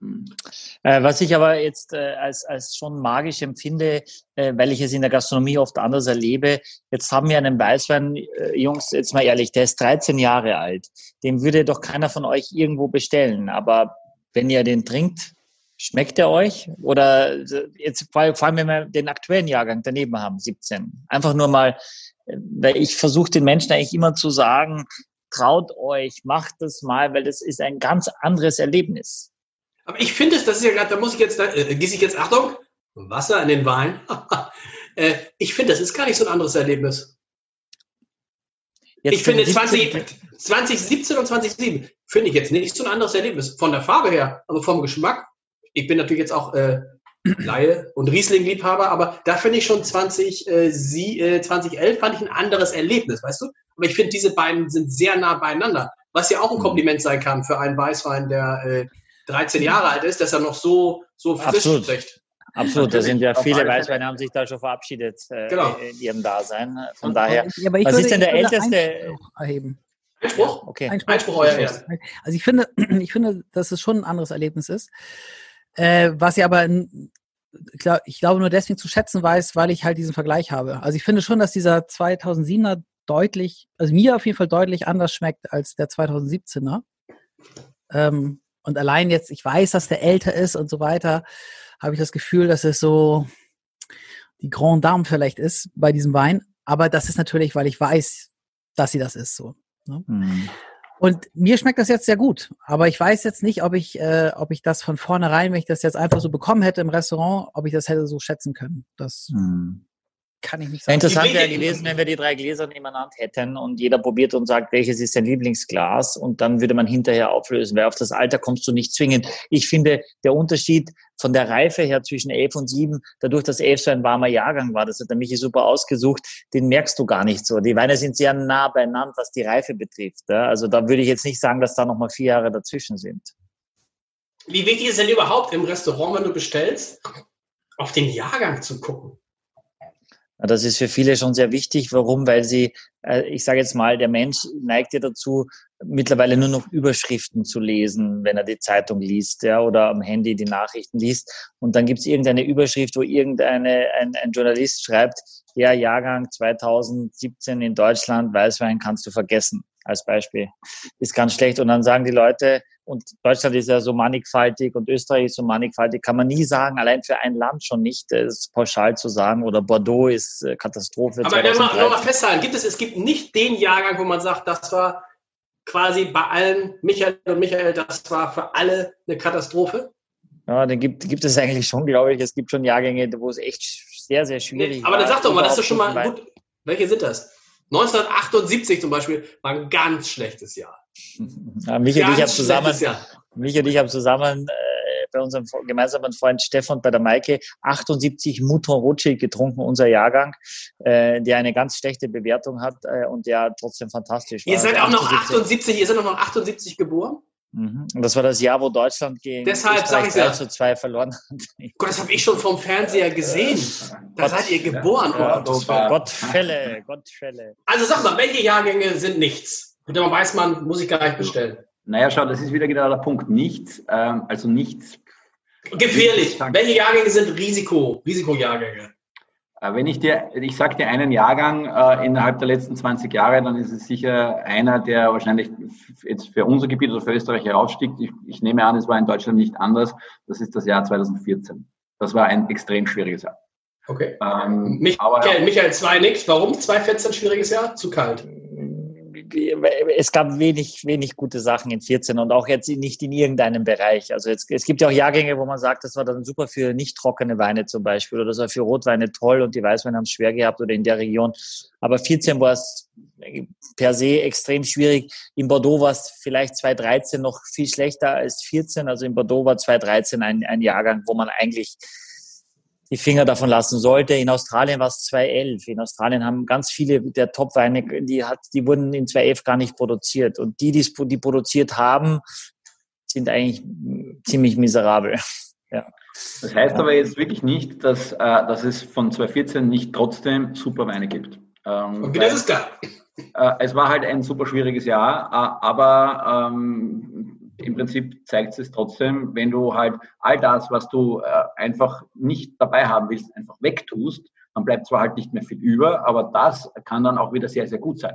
Äh, was ich aber jetzt äh, als, als schon magisch empfinde, äh, weil ich es in der Gastronomie oft anders erlebe, jetzt haben wir einen Weißwein, äh, Jungs, jetzt mal ehrlich, der ist dreizehn Jahre alt. Den würde doch keiner von euch irgendwo bestellen, aber wenn ihr den trinkt, schmeckt er euch? Oder jetzt vor allem, wenn wir den aktuellen Jahrgang daneben haben, siebzehn. Einfach nur mal, weil ich versuche den Menschen eigentlich immer zu sagen, traut euch, macht das mal, weil das ist ein ganz anderes Erlebnis. Aber ich finde es, das ist ja gerade, da muss ich jetzt, da äh, gieße ich jetzt, Achtung, Wasser in den Wein. äh, ich finde, das ist gar nicht so ein anderes Erlebnis. Jetzt ich finde zwanzig, zwanzig siebzehn und zwanzig sieben finde ich jetzt nicht so ein anderes Erlebnis. Von der Farbe her, aber vom Geschmack. Ich bin natürlich jetzt auch äh, Laie und Riesling-Liebhaber, aber da finde ich schon zwanzig, äh, sie, äh, zwanzig elf fand ich ein anderes Erlebnis, weißt du? Aber ich finde, diese beiden sind sehr nah beieinander, was ja auch ein Kompliment sein kann für einen Weißwein, der äh, dreizehn Jahre alt ist, dass er noch so, so frisch spricht. Absolut, da sind ja viele Weißweine, haben sich da schon verabschiedet äh, genau. in ihrem Dasein. Von und, daher, ja, was würde, ist denn der älteste? Einspruch erheben. Einspruch? Okay. Einspruch, Einspruch euer Erst. Also ich finde, ich finde, dass es schon ein anderes Erlebnis ist. Äh, was ich aber, ich glaube, nur deswegen zu schätzen weiß, weil ich halt diesen Vergleich habe. Also ich finde schon, dass dieser zweitausendsiebener deutlich, also mir auf jeden Fall deutlich anders schmeckt als der zweitausendsiebzehner. Ähm, und allein jetzt, ich weiß, dass der älter ist und so weiter, habe ich das Gefühl, dass es so die Grande Dame vielleicht ist bei diesem Wein. Aber das ist natürlich, weil ich weiß, dass sie das ist. So, ne? Mhm. Und mir schmeckt das jetzt sehr gut. Aber ich weiß jetzt nicht, ob ich, äh, ob ich das von vornherein, wenn ich das jetzt einfach so bekommen hätte im Restaurant, ob ich das hätte so schätzen können. Das mhm. kann ich nicht sagen. Interessant wäre gewesen, wenn wir die drei Gläser nebeneinander hätten und jeder probiert und sagt, welches ist sein Lieblingsglas, und dann würde man hinterher auflösen, weil auf das Alter kommst du nicht zwingend. Ich finde, der Unterschied von der Reife her zwischen elf und sieben, dadurch, dass elf so ein warmer Jahrgang war, das hat der Michi super ausgesucht, den merkst du gar nicht so. Die Weine sind sehr nah beieinander, was die Reife betrifft. Also da würde ich jetzt nicht sagen, dass da noch mal vier Jahre dazwischen sind. Wie wichtig ist denn überhaupt im Restaurant, wenn du bestellst, auf den Jahrgang zu gucken? Das ist für viele schon sehr wichtig. Warum? Weil sie, ich sage jetzt mal, der Mensch neigt ja dazu, mittlerweile nur noch Überschriften zu lesen, wenn er die Zeitung liest, ja, oder am Handy die Nachrichten liest. Und dann gibt es irgendeine Überschrift, wo irgendeine ein, ein Journalist schreibt, ja, Jahrgang zweitausendsiebzehn in Deutschland, Weißwein kannst du vergessen, als Beispiel. Ist ganz schlecht. Und dann sagen die Leute, und Deutschland ist ja so mannigfaltig und Österreich ist so mannigfaltig, kann man nie sagen, allein für ein Land schon nicht, das pauschal zu sagen, oder Bordeaux ist Katastrophe. Aber wenn wir nochmal festhalten, gibt es, es gibt nicht den Jahrgang, wo man sagt, das war quasi bei allen, Michael und Michael, das war für alle eine Katastrophe? Ja, den gibt, gibt es eigentlich schon, glaube ich. Es gibt schon Jahrgänge, wo es echt sehr, sehr schwierig nee, aber war. Aber dann sag doch mal, das ist schon mal Wein. gut. Welche sind das? neunzehnhundertachtundsiebzig zum Beispiel war ein ganz schlechtes Jahr. Ja, mich, und ich habe zusammen, mich und ich haben zusammen äh, bei unserem gemeinsamen Freund Stefan bei der Maike achtundsiebzig Mouton Rothschild getrunken, unser Jahrgang, äh, der eine ganz schlechte Bewertung hat äh, und der trotzdem fantastisch war. Ihr seid auch noch achtundsiebzig, ihr seid auch noch achtundsiebzig geboren? Mhm. Und das war das Jahr, wo Deutschland gegen Deshalb sage ich ja zu zwei verloren hat. Gott, das habe ich schon vom Fernseher gesehen. Da Gott, seid ihr geboren. Ja, oh, Gottfälle, Gottfälle. Also sag mal, welche Jahrgänge sind nichts? Und dann weiß man, muss ich gar nicht bestellen. Naja, schau, das ist wieder genau der Punkt. Nichts, ähm, also nichts. Gefährlich. Welche Jahrgänge sind Risiko, Risikojahrgänge? Wenn ich dir, ich sage dir einen Jahrgang äh, innerhalb der letzten zwanzig Jahre, dann ist es sicher einer, der wahrscheinlich jetzt für unser Gebiet oder für Österreich heraussticht. Ich, ich nehme an, es war in Deutschland nicht anders. Das ist das Jahr zweitausendvierzehn. Das war ein extrem schwieriges Jahr. Okay. Ähm, Michael, aber, Michael zwei nickt. Warum zweitausendvierzehn schwieriges Jahr? Zu kalt. Es gab wenig, wenig gute Sachen in vierzehn und auch jetzt nicht in irgendeinem Bereich. Also jetzt, es gibt ja auch Jahrgänge, wo man sagt, das war dann super für nicht trockene Weine zum Beispiel oder das war für Rotweine toll und die Weißweine haben es schwer gehabt oder in der Region. Aber vierzehn war es per se extrem schwierig. In Bordeaux war es vielleicht zweitausenddreizehn noch viel schlechter als vierzehn. Also in Bordeaux war zweitausenddreizehn ein, ein Jahrgang, wo man eigentlich die Finger davon lassen sollte. In Australien war es zweitausendelf. In Australien haben ganz viele der Top-Weine, die hat, die wurden in zweitausendelf gar nicht produziert. Und die, die, die produziert haben, sind eigentlich ziemlich miserabel. Ja. Das heißt aber jetzt wirklich nicht, dass, äh, dass es von zweitausendvierzehn nicht trotzdem super Weine gibt. Ähm, okay, das ist klar. Äh, es war halt ein super schwieriges Jahr, äh, aber ähm, im Prinzip zeigt es trotzdem, wenn du halt all das, was du äh, einfach nicht dabei haben willst, einfach wegtust, dann bleibt zwar halt nicht mehr viel über, aber das kann dann auch wieder sehr, sehr gut sein.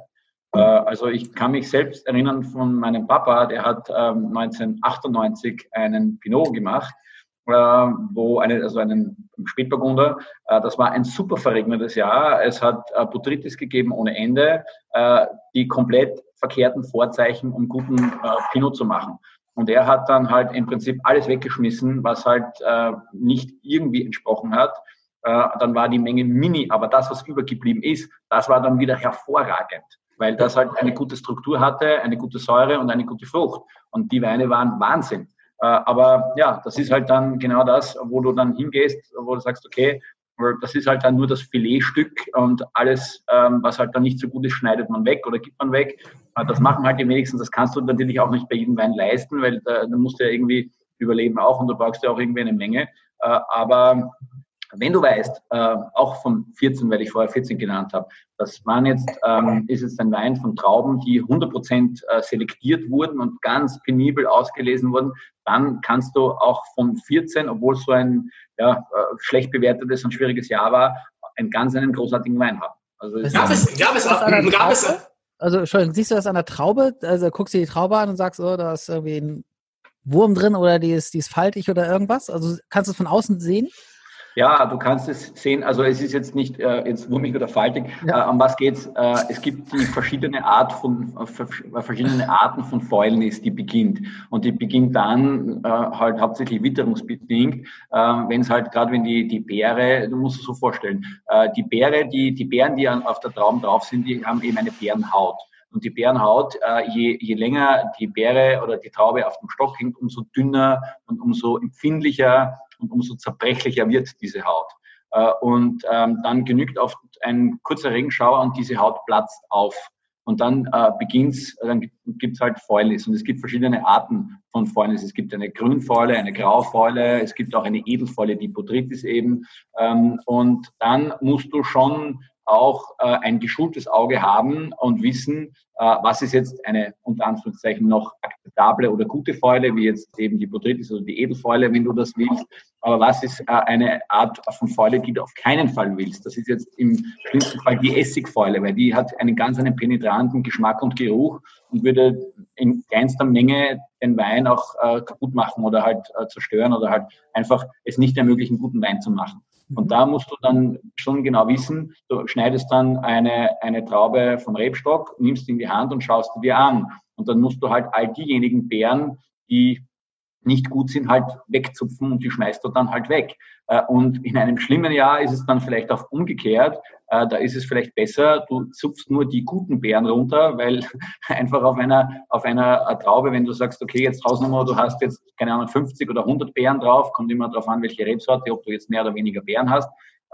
Äh, also ich kann mich selbst erinnern von meinem Papa, der hat ähm, neunzehnhundertachtundneunzig einen Pinot gemacht, äh, wo eine, also einen Spätburgunder, äh, das war ein super verregnetes Jahr. Es hat äh, Botrytis gegeben ohne Ende, äh, die komplett verkehrten Vorzeichen, um guten äh, Pinot zu machen. Und er hat dann halt im Prinzip alles weggeschmissen, was halt äh, nicht irgendwie entsprochen hat. Äh, dann war die Menge mini, aber das, was übergeblieben ist, das war dann wieder hervorragend, weil das halt eine gute Struktur hatte, eine gute Säure und eine gute Frucht. Und die Weine waren Wahnsinn. Äh, aber ja, das ist halt dann genau das, wo du dann hingehst, wo du sagst, okay, das ist halt dann nur das Filetstück und alles, ähm, was halt dann nicht so gut ist, schneidet man weg oder gibt man weg. Äh, das machen halt die wenigsten. Das kannst du natürlich auch nicht bei jedem Wein leisten, weil da, da musst du ja irgendwie überleben auch und du brauchst ja auch irgendwie eine Menge. Äh, aber wenn du weißt, äh, auch von vierzehn, weil ich vorher vierzehn genannt habe, das waren jetzt, ähm, ist jetzt ein Wein von Trauben, die hundert Prozent äh, selektiert wurden und ganz penibel ausgelesen wurden, dann kannst du auch von vierzehn, obwohl es so ein ja, äh, schlecht bewertetes und schwieriges Jahr war, einen ganz einen großartigen Wein haben. Also gab es, gab es, auch, gab es also Entschuldigung, siehst du das an der Traube? Also guckst du die Traube an und sagst, oh, da ist irgendwie ein Wurm drin oder die ist, die ist faltig oder irgendwas? Also kannst du es von außen sehen? Ja, du kannst es sehen, also es ist jetzt nicht äh, jetzt wurmig oder faltig. Ja. Äh, um was geht's? Äh, es gibt die verschiedene Art von äh, verschiedene Arten von Fäulnis, die beginnt. Und die beginnt dann äh, halt hauptsächlich witterungsbedingt, äh, wenn es halt gerade wenn die die Beere, du musst es so vorstellen, äh, die Beere, die die Beeren, die auf der Trauben drauf sind, die haben eben eine Beerenhaut. Und die Beerenhaut, äh, je, je länger die Beere oder die Traube auf dem Stock hängt, umso dünner und umso empfindlicher und umso zerbrechlicher wird diese Haut. Äh, und ähm, dann genügt oft ein kurzer Regenschauer und diese Haut platzt auf. Und dann äh, beginnt's, dann gibt's halt Fäulnis. Und es gibt verschiedene Arten von Fäulnis. Es gibt eine Grünfäule, eine Graufäule, es gibt auch eine Edelfäule, die Botrytis eben. Ähm, und dann musst du schon auch äh, ein geschultes Auge haben und wissen, äh, was ist jetzt eine unter Anführungszeichen noch akzeptable oder gute Fäule, wie jetzt eben die Botrytis oder die Edelfäule, wenn du das willst. Aber was ist äh, eine Art von Fäule, die du auf keinen Fall willst? Das ist jetzt im schlimmsten Fall die Essigfäule, weil die hat einen ganz einen penetranten Geschmack und Geruch und würde in kleinster Menge den Wein auch äh, kaputt machen oder halt äh, zerstören oder halt einfach es nicht ermöglichen, guten Wein zu machen. Und da musst du dann schon genau wissen, du schneidest dann eine, eine Traube vom Rebstock, nimmst in die Hand und schaust dir an. Und dann musst du halt all diejenigen Beeren, die nicht gut sind, halt wegzupfen und die schmeißt du dann halt weg. Und in einem schlimmen Jahr ist es dann vielleicht auch umgekehrt. Da ist es vielleicht besser, du zupfst nur die guten Beeren runter, weil einfach auf einer, auf einer Traube, wenn du sagst, okay, jetzt Hausnummer, du hast jetzt, keine Ahnung, fünfzig oder hundert Beeren drauf, kommt immer darauf an, welche Rebsorte, ob du jetzt mehr oder weniger Beeren hast.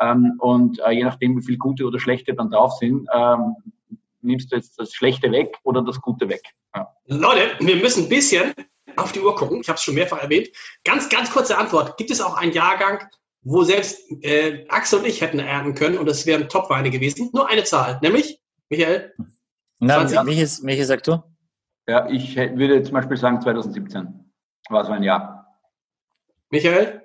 Und je nachdem, wie viel gute oder schlechte dann drauf sind, nimmst du jetzt das Schlechte weg oder das Gute weg. Ja. Leute, wir müssen ein bisschen auf die Uhr gucken. Ich habe es schon mehrfach erwähnt. Ganz, ganz kurze Antwort. Gibt es auch einen Jahrgang, wo selbst äh, Axel und ich hätten ernten können und es wären Top-Weine gewesen? Nur eine Zahl, nämlich, Michael? Na, Michi, Michi, sag du? Ja, ich würde zum Beispiel sagen zwanzig siebzehn. War so ein Jahr. Michael?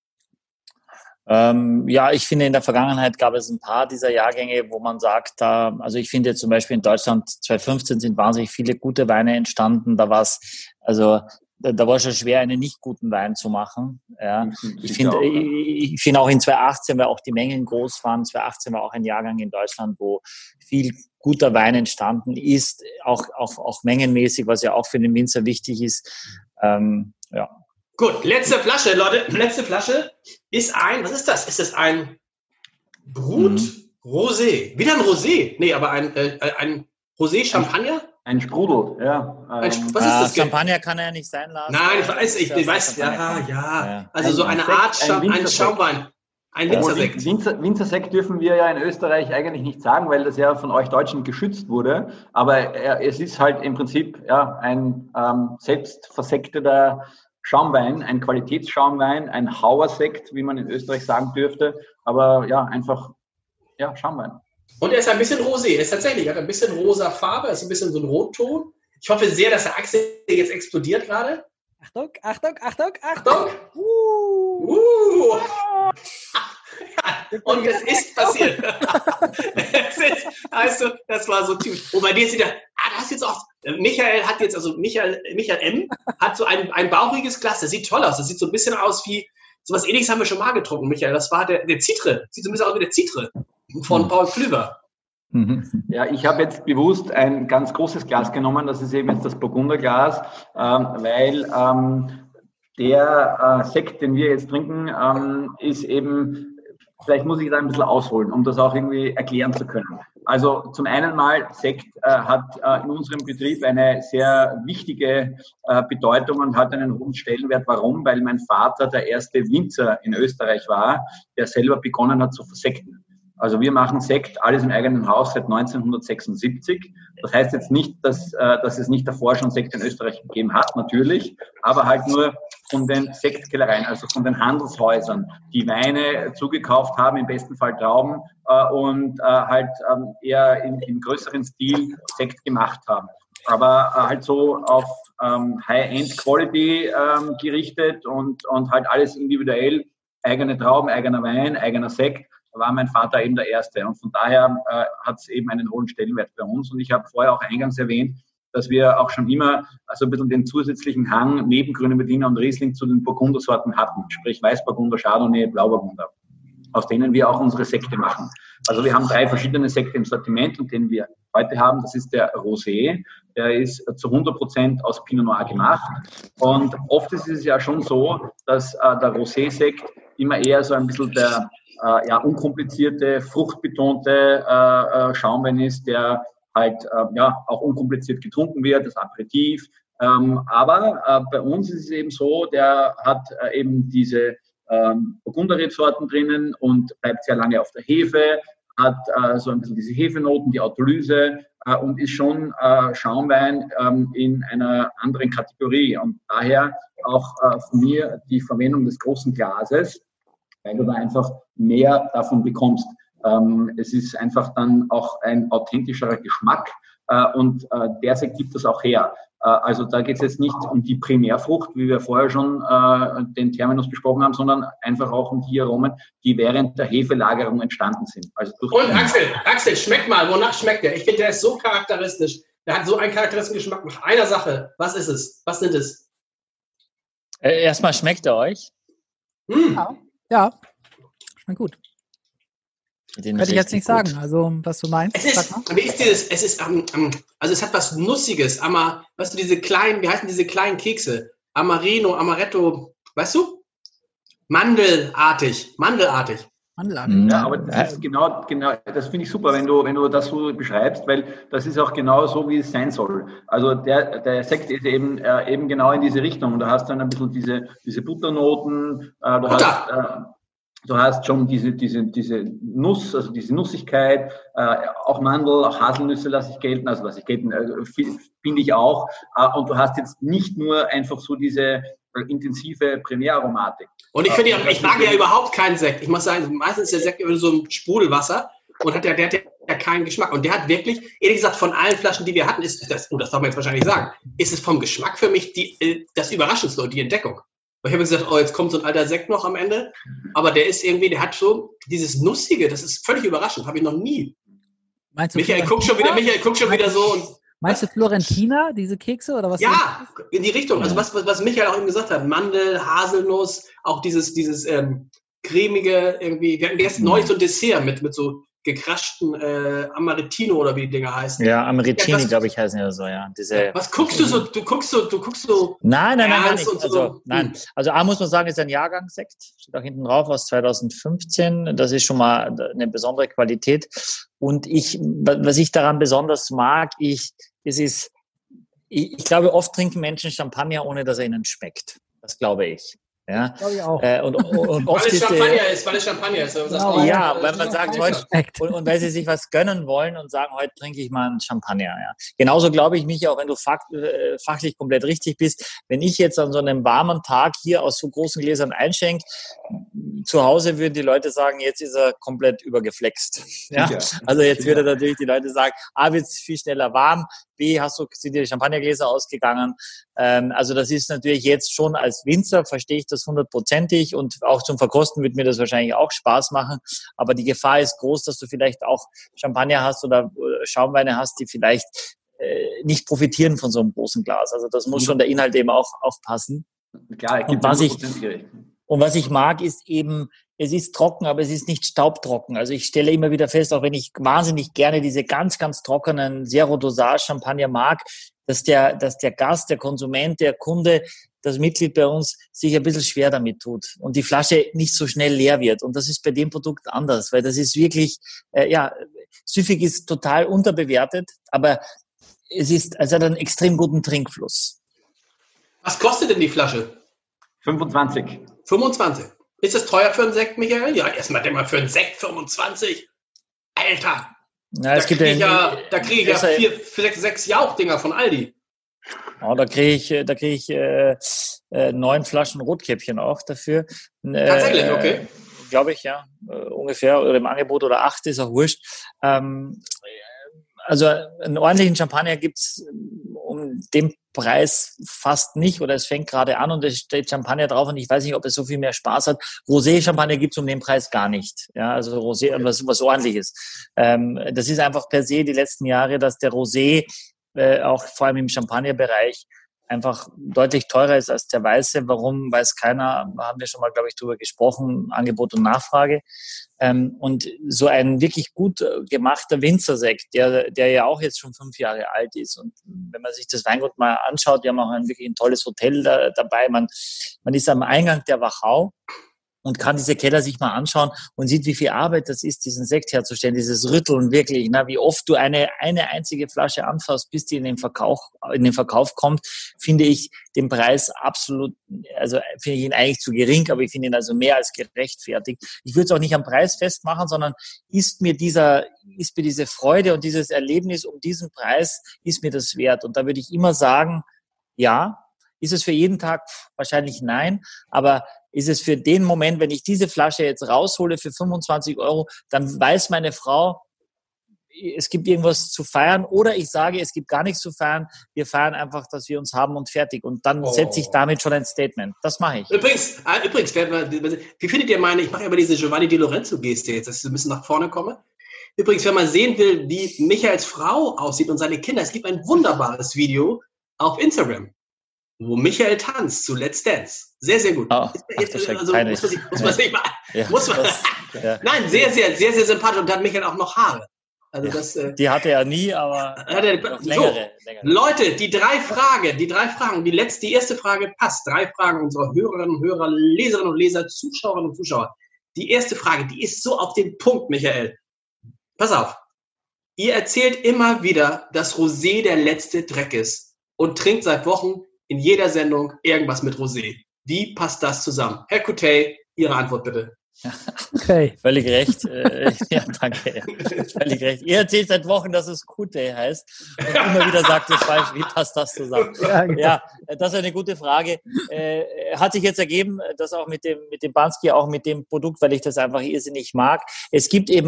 Ähm, ja, ich finde, in der Vergangenheit gab es ein paar dieser Jahrgänge, wo man sagt, da, also ich finde zum Beispiel in Deutschland zwanzig fünfzehn sind wahnsinnig viele gute Weine entstanden. Da war es, also da, da war es schon schwer, einen nicht guten Wein zu machen. Ja. Ich finde, auch, ja. ich, ich finde auch in zwanzig achtzehn, weil auch die Mengen groß waren, zwanzig achtzehn war auch ein Jahrgang in Deutschland, wo viel guter Wein entstanden ist, auch, auch, auch mengenmäßig, was ja auch für den Winzer wichtig ist. Ähm, ja. Gut, letzte Flasche, Leute. Letzte Flasche ist ein, was ist das? Ist das ein Brut mhm. Rosé? Wieder ein Rosé? Nee, aber ein, äh, ein Rosé-Champagner? Ein Sprudel, ja. Ein, was ist ah, das? Champagner kann er ja nicht sein lassen. Nein, ich weiß, ich, ich weiß, ja, ja, ja. Also ein, so eine Art Sekt, ein, ein Schaumwein. Ein Winzersekt. Winzer, Winzersekt dürfen wir ja in Österreich eigentlich nicht sagen, weil das ja von euch Deutschen geschützt wurde. Aber es ist halt im Prinzip ja, ein ähm, selbst versekteter Schaumwein, ein Qualitätsschaumwein, ein Hauersekt, wie man in Österreich sagen dürfte. Aber ja, einfach ja, Schaumwein. Und er ist ein bisschen rosé. Er ist tatsächlich, er hat ein bisschen rosa Farbe, er ist ein bisschen so ein Rotton. Ich hoffe sehr, dass der Axel jetzt explodiert gerade. Achtung, Achtung, Achtung, Achtung. Uh. Uh. Und es ist passiert. es ist, also, Das war so typisch. Und bei dir sieht er, ah, das ist jetzt auch, Michael hat jetzt, also Michael, Michael M. hat so ein, ein bauchiges Glas, das sieht toll aus. Das sieht so ein bisschen aus wie, sowas Ähnliches haben wir schon mal getrunken, Michael. Das war der, der Zitre. Sieht so ein bisschen aus wie der Zitre von Paul Klüver. Ja, ich habe jetzt bewusst ein ganz großes Glas genommen, das ist eben jetzt das Burgunderglas, ähm, weil ähm, der äh, Sekt, den wir jetzt trinken, ähm, ist eben, vielleicht muss ich da ein bisschen ausholen, um das auch irgendwie erklären zu können. Also zum einen mal, Sekt äh, hat äh, in unserem Betrieb eine sehr wichtige äh, Bedeutung und hat einen hohen Stellenwert. Warum? Weil mein Vater der erste Winzer in Österreich war, der selber begonnen hat zu versekten. Also wir machen Sekt, alles im eigenen Haus seit neunzehnhundertsechsundsiebzig. Das heißt jetzt nicht, dass, äh, dass es nicht davor schon Sekt in Österreich gegeben hat, natürlich, aber halt nur von den Sektkellereien, also von den Handelshäusern, die Weine zugekauft haben, im besten Fall Trauben, äh, und äh, halt ähm, eher in, im größeren Stil Sekt gemacht haben. Aber äh, halt so auf ähm, High-End-Quality ähm, gerichtet und, und halt alles individuell, eigene Trauben, eigener Wein, eigener Sekt. Da war mein Vater eben der Erste. Und von daher äh, hat es eben einen hohen Stellenwert bei uns. Und ich habe vorher auch eingangs erwähnt, dass wir auch schon immer also ein bisschen den zusätzlichen Hang neben Grüne Medina und Riesling zu den Burgundersorten hatten. Sprich Weißburgunder, Chardonnay, Blauburgunder, aus denen wir auch unsere Sekte machen. Also wir haben drei verschiedene Sekte im Sortiment und den wir heute haben, das ist der Rosé. Der ist zu hundert Prozent aus Pinot Noir gemacht. Und oft ist es ja schon so, dass äh, der Rosé-Sekt immer eher so ein bisschen der Äh, ja, unkomplizierte, fruchtbetonte äh, äh, Schaumwein ist, der halt äh, ja auch unkompliziert getrunken wird, das Aperitif. Ähm, aber äh, bei uns ist es eben so, der hat äh, eben diese ähm, Burgunderrebsorten drinnen und bleibt sehr lange auf der Hefe, hat äh, so ein bisschen diese Hefenoten, die Autolyse äh, und ist schon äh, Schaumwein ähm, in einer anderen Kategorie. Und daher auch äh, von mir die Verwendung des großen Glases, weil du da einfach mehr davon bekommst. Ähm, es ist einfach dann auch ein authentischerer Geschmack äh, und äh, der Sekt gibt das auch her. Äh, also da geht es jetzt nicht um die Primärfrucht, wie wir vorher schon äh, den Terminus besprochen haben, sondern einfach auch um die Aromen, die während der Hefelagerung entstanden sind. Also durch und Axel, Axel, schmeck mal, wonach schmeckt der? Ich finde, der ist so charakteristisch. Der hat so einen charakteristischen Geschmack nach einer Sache. Was ist es? Was sind es? Äh, erstmal schmeckt er euch? Hm. Ja. Ja, schmeckt gut. Könnte ich jetzt nicht gut sagen, also was du meinst. Es ist, wie ist dieses, es ist, um, um, also es hat was Nussiges, aber, weißt du, diese kleinen, wie heißen diese kleinen Kekse? Amarino, Amaretto, weißt du? Mandelartig, mandelartig. Mandelartig. Ja, aber das ist genau, genau, das finde ich super, wenn du, wenn du das so beschreibst, weil das ist auch genau so, wie es sein soll. Also der, der Sekt ist eben, äh, eben genau in diese Richtung. Und du hast dann ein bisschen diese, diese Butternoten, äh, du Butter. hast, äh, du hast schon diese, diese, diese Nuss, also diese Nussigkeit, äh, auch Mandel, auch Haselnüsse lasse ich gelten, also lasse ich gelten, äh, finde ich auch. Äh, und du hast jetzt nicht nur einfach so diese intensive Primäraromatik. Und ich finde ja, ich mag ja überhaupt keinen Sekt. Ich muss sagen, meistens ist der Sekt immer so ein Sprudelwasser und hat ja, der hat ja keinen Geschmack. Und der hat wirklich, ehrlich gesagt, von allen Flaschen, die wir hatten, ist das, und das darf man jetzt wahrscheinlich sagen, ist es vom Geschmack für mich die, das Überraschendste, die Entdeckung. Weil ich habe gesagt, oh, jetzt kommt so ein alter Sekt noch am Ende. Aber der ist irgendwie, der hat so dieses Nussige, das ist völlig überraschend, habe ich noch nie. Meinst du Michael guckt schon wieder, Michael guckt schon wieder so und Meinst du Florentina, diese Kekse oder was? Ja, in die Richtung. Also was, was, was Michael auch eben gesagt hat. Mandel, Haselnuss, auch dieses, dieses ähm, cremige irgendwie. Wir hatten gestern neulich so ein Dessert mit, mit so gekraschten äh, Amarettino oder wie die Dinger heißen. Ja, Amarettini, ja, glaube ich, heißen ja so, ja. Diese, was guckst du so? Du guckst so, du guckst so. Nein, nein, nein, nein, nicht. So. Also, nein. Also A muss man sagen, ist ein Jahrgangssekt. Steht auch hinten drauf aus zweitausendfünfzehn. Das ist schon mal eine besondere Qualität. Und ich, was ich daran besonders mag, ich, es ist, ich, ich glaube, oft trinken Menschen Champagner, ohne dass er ihnen schmeckt. Das glaube ich. Ja, glaube ich auch. Äh, und, und, und oft weil es ist, Champagner ist, weil es Champagner ist. Genau, ja, äh, weil man sagt, heute, und, und weil sie sich was gönnen wollen und sagen, heute trinke ich mal einen Champagner. Ja. Genauso glaube ich mich auch, wenn du fach, äh, fachlich komplett richtig bist, wenn ich jetzt an so einem warmen Tag hier aus so großen Gläsern einschenke, zu Hause würden die Leute sagen, jetzt ist er komplett übergeflext. Ja? Also jetzt würde natürlich die Leute sagen, A, wird es viel schneller warm, B, hast du, sind dir die Champagnergläser ausgegangen? Ähm, also das ist natürlich jetzt schon als Winzer, verstehe ich das hundertprozentig und auch zum Verkosten wird mir das wahrscheinlich auch Spaß machen. Aber die Gefahr ist groß, dass du vielleicht auch Champagner hast oder Schaumweine hast, die vielleicht äh, nicht profitieren von so einem großen Glas. Also das muss schon der Inhalt eben auch, auch passen. Klar, und was ich Und was ich mag, ist eben, es ist trocken, aber es ist nicht staubtrocken. Also ich stelle immer wieder fest, auch wenn ich wahnsinnig gerne diese ganz, ganz trockenen Zero Dosage Champagner mag, dass der, dass der Gast, der Konsument, der Kunde, das Mitglied bei uns sich ein bisschen schwer damit tut und die Flasche nicht so schnell leer wird. Und das ist bei dem Produkt anders, weil das ist wirklich, äh, ja, süffig ist total unterbewertet, aber es ist, es hat einen extrem guten Trinkfluss. Was kostet denn die Flasche? fünfundzwanzig. fünfundzwanzig. Ist das teuer für einen Sekt, Michael? Ja, erstmal denk mal für einen Sekt fünfundzwanzig. Alter. Ja, es da gibt kriege ich ja, ja, da krieg ich ja vier, sechs, sechs Jauchdinger von Aldi. Ja, da kriege ich, da kriege ich äh, äh, neun Flaschen Rotkäppchen auch dafür. Äh, Tatsächlich, okay. Glaube ich, ja. Äh, ungefähr, oder im Angebot, oder acht, ist auch wurscht. Ähm, also einen ordentlichen Champagner gibt's um den Preis fast nicht, oder es fängt gerade an und es steht Champagner drauf und ich weiß nicht, ob es so viel mehr Spaß hat. Rosé-Champagner gibt's um den Preis gar nicht. Ja, also Rosé, was, was ordentliches. Ähm, das ist einfach per se die letzten Jahre, dass der Rosé äh, auch vor allem im Champagnerbereich einfach deutlich teurer ist als der Weiße. Warum, weiß keiner, haben wir schon mal, glaube ich, drüber gesprochen, Angebot und Nachfrage. Ähm, und so ein wirklich gut gemachter Winzersekt, der, der ja auch jetzt schon fünf Jahre alt ist. Und wenn man sich das Weingut mal anschaut, wir haben auch ein wirklich ein tolles Hotel da, dabei. Man, man ist am Eingang der Wachau und kann diese Keller sich mal anschauen und sieht, wie viel Arbeit das ist, diesen Sekt herzustellen, dieses Rütteln wirklich, na, wie oft du eine, eine einzige Flasche anfasst, bis die in den Verkauf, in den Verkauf kommt, finde ich den Preis absolut, also finde ich ihn eigentlich zu gering, aber ich finde ihn also mehr als gerechtfertigt. Ich würde es auch nicht am Preis festmachen, sondern ist mir dieser, ist mir diese Freude und dieses Erlebnis um diesen Preis, ist mir das wert? Und da würde ich immer sagen, ja. Ist es für jeden Tag? Wahrscheinlich nein, aber ist es für den Moment, wenn ich diese Flasche jetzt raushole für fünfundzwanzig Euro, dann weiß meine Frau, es gibt irgendwas zu feiern, oder ich sage, es gibt gar nichts zu feiern, wir feiern einfach, dass wir uns haben und fertig. Und dann oh. setze ich damit schon ein Statement. Das mache ich. Übrigens, übrigens, wie findet ihr meine, ich mache aber diese Giovanni Di Lorenzo-Geste jetzt, dass ich so ein bisschen nach vorne komme. Übrigens, wenn man sehen will, wie Michaels Frau aussieht und seine Kinder, es gibt ein wunderbares Video auf Instagram, wo Michael tanzt zu Let's Dance. Sehr, sehr gut. Oh, jetzt, ach, also, muss man sich, muss man sich mal, ja, muss man, das, ja. Nein, sehr, sehr, sehr, sehr sympathisch. Und dann hat Michael auch noch Haare. Also ja, das, äh, die hatte er nie, aber hat er, noch so, längere, längere. Leute, die drei Fragen, die drei Fragen, die letzte, die erste Frage passt. Drei Fragen unserer Hörerinnen und Hörer, Leserinnen und Leser, Zuschauerinnen und Zuschauer. Die erste Frage, die ist so auf den Punkt, Michael. Pass auf. Ihr erzählt immer wieder, dass Rosé der letzte Dreck ist und trinkt seit Wochen in jeder Sendung irgendwas mit Rosé. Wie passt das zusammen? Herr Coutet, Ihre Antwort bitte. Okay. Völlig recht. Äh, ja, danke. Völlig recht. Ihr erzählt seit Wochen, dass es Coutet heißt und immer wieder sagt es falsch. Wie passt das zusammen? Ja, genau. Ja, das ist eine gute Frage. Äh, hat sich jetzt ergeben, dass auch mit dem, mit dem Bansky, auch mit dem Produkt, weil ich das einfach irrsinnig mag. Es gibt eben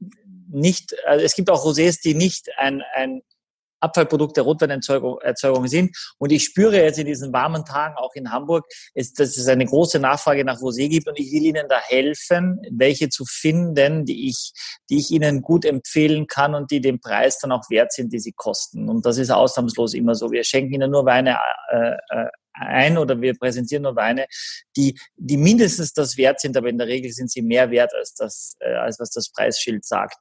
nicht, also es gibt auch Rosés, die nicht ein, ein Abfallprodukt der Rotweinerzeugung Erzeugung sind. Und ich spüre jetzt in diesen warmen Tagen auch in Hamburg, ist, dass es eine große Nachfrage nach Rosé gibt. Und ich will Ihnen da helfen, welche zu finden, die ich, die ich Ihnen gut empfehlen kann und die den Preis dann auch wert sind, die sie kosten. Und das ist ausnahmslos immer so. Wir schenken Ihnen nur Weine äh, ein oder wir präsentieren nur Weine, die, die mindestens das wert sind, aber in der Regel sind sie mehr wert als das, äh, als was das Preisschild sagt.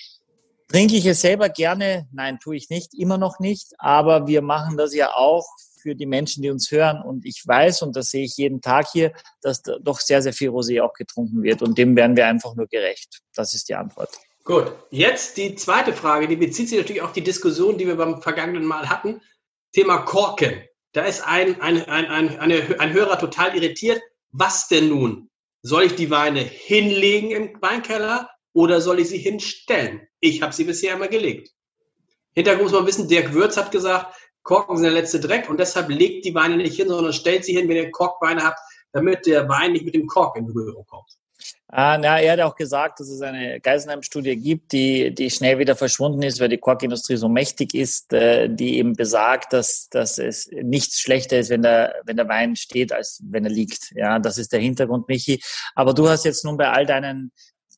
Trinke ich es selber gerne? Nein, tue ich nicht, immer noch nicht. Aber wir machen das ja auch für die Menschen, die uns hören. Und ich weiß, und das sehe ich jeden Tag hier, dass da doch sehr, sehr viel Rosé auch getrunken wird. Und dem werden wir einfach nur gerecht. Das ist die Antwort. Gut, jetzt die zweite Frage. Die bezieht sich natürlich auf die Diskussion, die wir beim vergangenen Mal hatten. Thema Korken. Da ist ein, ein, ein, ein, eine, ein Hörer total irritiert. Was denn nun? Soll ich die Weine hinlegen im Weinkeller oder soll ich sie hinstellen? Ich habe sie bisher immer gelegt. Hintergrund muss man wissen, Dirk Würz hat gesagt, Korken sind der letzte Dreck und deshalb legt die Weine nicht hin, sondern stellt sie hin, wenn ihr Korkweine habt, damit der Wein nicht mit dem Kork in Berührung kommt. Ah, na, er hat auch gesagt, dass es eine Geisenheim-Studie gibt, die, die schnell wieder verschwunden ist, weil die Korkindustrie so mächtig ist, äh, die eben besagt, dass, dass es nichts schlechter ist, wenn der, wenn der Wein steht, als wenn er liegt. Ja, das ist der Hintergrund, Michi. Aber du hast jetzt nun bei all deinen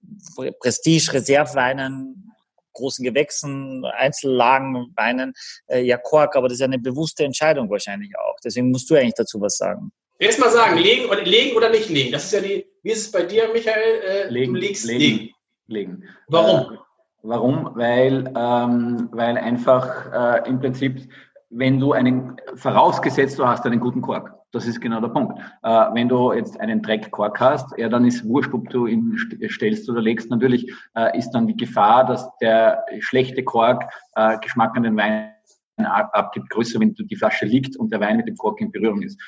Prestige-Reserveweinen, großen Gewächsen, Einzellagenweinen, äh, ja Kork, aber das ist ja eine bewusste Entscheidung wahrscheinlich auch. Deswegen musst du eigentlich dazu was sagen. Jetzt mal sagen, legen oder, legen oder nicht legen. Das ist ja die, wie ist es bei dir, Michael? Äh, legen, du legst legen, legen. legen. Warum? Äh, warum? Weil, ähm, weil einfach äh, im Prinzip, wenn du einen, vorausgesetzt du hast einen guten Kork, das ist genau der Punkt. Äh, wenn du jetzt einen Dreckkork hast, ja, dann ist wurscht, ob du ihn stellst oder legst. Natürlich äh, ist dann die Gefahr, dass der schlechte Kork äh, Geschmack an den Wein abgibt, größer, wenn die Flasche liegt und der Wein mit dem Kork in Berührung ist.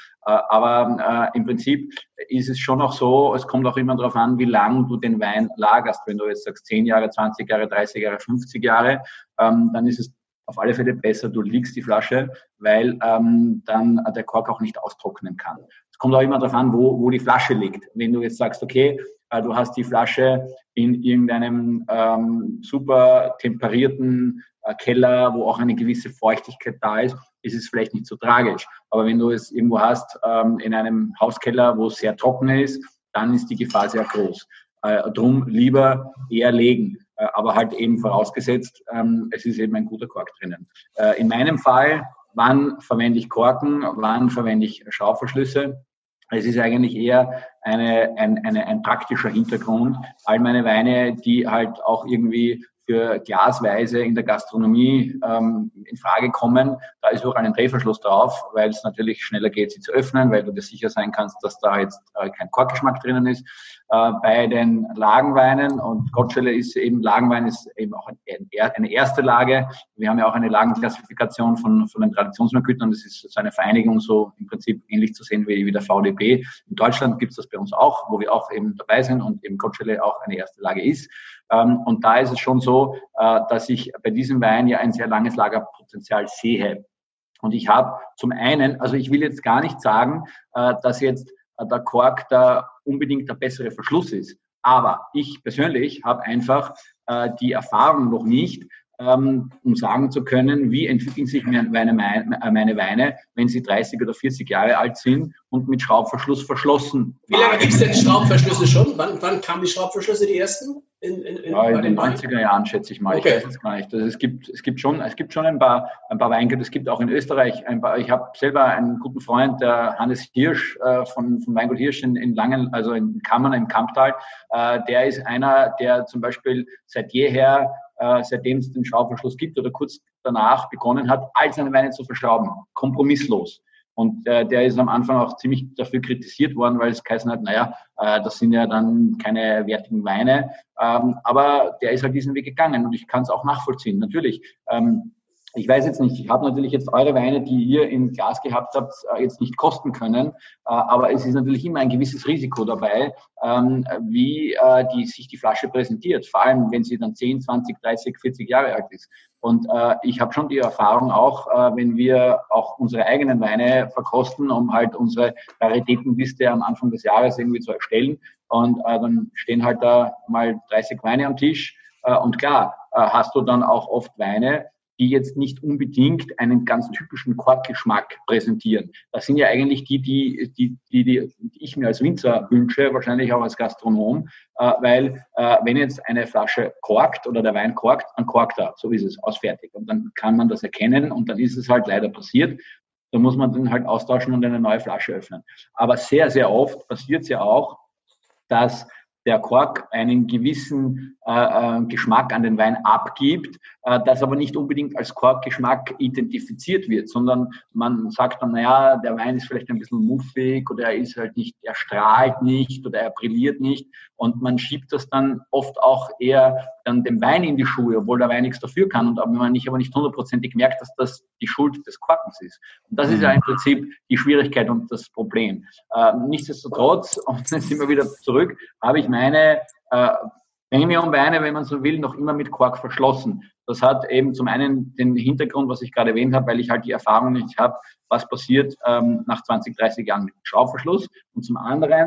Aber äh, im Prinzip ist es schon auch so, es kommt auch immer darauf an, wie lange du den Wein lagerst. Wenn du jetzt sagst zehn Jahre, zwanzig Jahre, dreißig Jahre, fünfzig Jahre, ähm, dann ist es auf alle Fälle besser, du liegst die Flasche, weil ähm, dann der Kork auch nicht austrocknen kann. Es kommt auch immer darauf an, wo, wo die Flasche liegt. Wenn du jetzt sagst, okay, äh, du hast die Flasche in irgendeinem ähm, super temperierten Keller, wo auch eine gewisse Feuchtigkeit da ist, ist es vielleicht nicht so tragisch. Aber wenn du es irgendwo hast, ähm, in einem Hauskeller, wo es sehr trocken ist, dann ist die Gefahr sehr groß. Äh, drum lieber eher legen, äh, aber halt eben vorausgesetzt, ähm, es ist eben ein guter Kork drinnen. Äh, in meinem Fall, wann verwende ich Korken, wann verwende ich Schraubverschlüsse? Es ist eigentlich eher eine, ein, eine, ein praktischer Hintergrund. All meine Weine, die halt auch irgendwie für Glasweise in der Gastronomie ähm, in Frage kommen, da ist auch ein Drehverschluss drauf, weil es natürlich schneller geht, sie zu öffnen, weil du dir sicher sein kannst, dass da jetzt äh, kein Korkgeschmack drinnen ist. Äh, bei den Lagenweinen, und Gottschelle ist eben, Lagenwein ist eben auch ein, eine erste Lage. Wir haben ja auch eine Lagenklassifikation von, von den Traditionsweingütern. Das ist so eine Vereinigung, so im Prinzip ähnlich zu sehen wie, wie der V D B. In Deutschland gibt es das bei uns auch, wo wir auch eben dabei sind und eben Gottschelle auch eine erste Lage ist. Und da ist es schon so, dass ich bei diesem Wein ja ein sehr langes Lagerpotenzial sehe. Und ich habe zum einen, also ich will jetzt gar nicht sagen, dass jetzt der Kork da unbedingt der bessere Verschluss ist. Aber ich persönlich habe einfach die Erfahrung noch nicht, um sagen zu können, wie entwickeln sich meine, meine Weine, wenn sie dreißig oder vierzig Jahre alt sind und mit Schraubverschluss verschlossen waren. Wie lange gibt es denn Schraubverschlüsse schon? Wann, wann kamen die Schraubverschlüsse, die ersten? In, in, in, ja, in den neunziger Jahren, schätze ich mal. Okay. Ich weiß es gar nicht. Also es gibt, es gibt schon, es gibt schon ein paar, ein paar Weingüter. Es gibt auch in Österreich ein paar. Ich habe selber einen guten Freund, der Hannes Hirsch äh, von, von Weingut Hirsch in, in Langen, also in Kammern im Kamptal. Äh, der ist einer, der zum Beispiel seit jeher, äh, seitdem es den Schraubverschluss gibt oder kurz danach begonnen hat, all seine Weine zu verschrauben. Kompromisslos. Und äh, der ist am Anfang auch ziemlich dafür kritisiert worden, weil es geheißen hat, naja, äh, das sind ja dann keine wertigen Weine. Ähm, aber der ist halt diesen Weg gegangen und ich kann es auch nachvollziehen, natürlich. Ähm, ich weiß jetzt nicht, ich habe natürlich jetzt eure Weine, die ihr in Glas gehabt habt, äh, jetzt nicht kosten können. Äh, aber es ist natürlich immer ein gewisses Risiko dabei, ähm, wie äh, die, sich die Flasche präsentiert. Vor allem, wenn sie dann zehn, zwanzig, dreißig, vierzig Jahre alt ist. Und äh, ich habe schon die Erfahrung auch, äh, wenn wir auch unsere eigenen Weine verkosten, um halt unsere Raritätenliste am Anfang des Jahres irgendwie zu erstellen. Und äh, dann stehen halt da mal dreißig Weine am Tisch. Äh, und klar, äh, hast du dann auch oft Weine, die jetzt nicht unbedingt einen ganz typischen Korkgeschmack präsentieren. Das sind ja eigentlich die, die, die, die, die ich mir als Winzer wünsche, wahrscheinlich auch als Gastronom, äh, weil äh, wenn jetzt eine Flasche korkt oder der Wein korkt, dann korkt er, so ist es, aus fertig. Und dann kann man das erkennen und dann ist es halt leider passiert. Da muss man dann halt austauschen und eine neue Flasche öffnen. Aber sehr, sehr oft passiert es ja auch, dass der Kork einen gewissen äh, äh, Geschmack an den Wein abgibt, äh, das aber nicht unbedingt als Korkgeschmack identifiziert wird, sondern man sagt dann, naja, der Wein ist vielleicht ein bisschen muffig oder er ist halt nicht, er strahlt nicht oder er brilliert nicht und man schiebt das dann oft auch eher dann dem Wein in die Schuhe, obwohl der Wein nichts dafür kann und man nicht, aber nicht hundertprozentig merkt, dass das die Schuld des Korkens ist. Und das ist ja im Prinzip die Schwierigkeit und das Problem. Äh, nichtsdestotrotz, und dann sind wir wieder zurück, habe ich meine äh, Premium-Weine, wenn man so will, noch immer mit Kork verschlossen. Das hat eben zum einen den Hintergrund, was ich gerade erwähnt habe, weil ich halt die Erfahrung nicht habe, was passiert ähm, nach zwanzig, dreißig Jahren mit Schraubverschluss. Und zum anderen,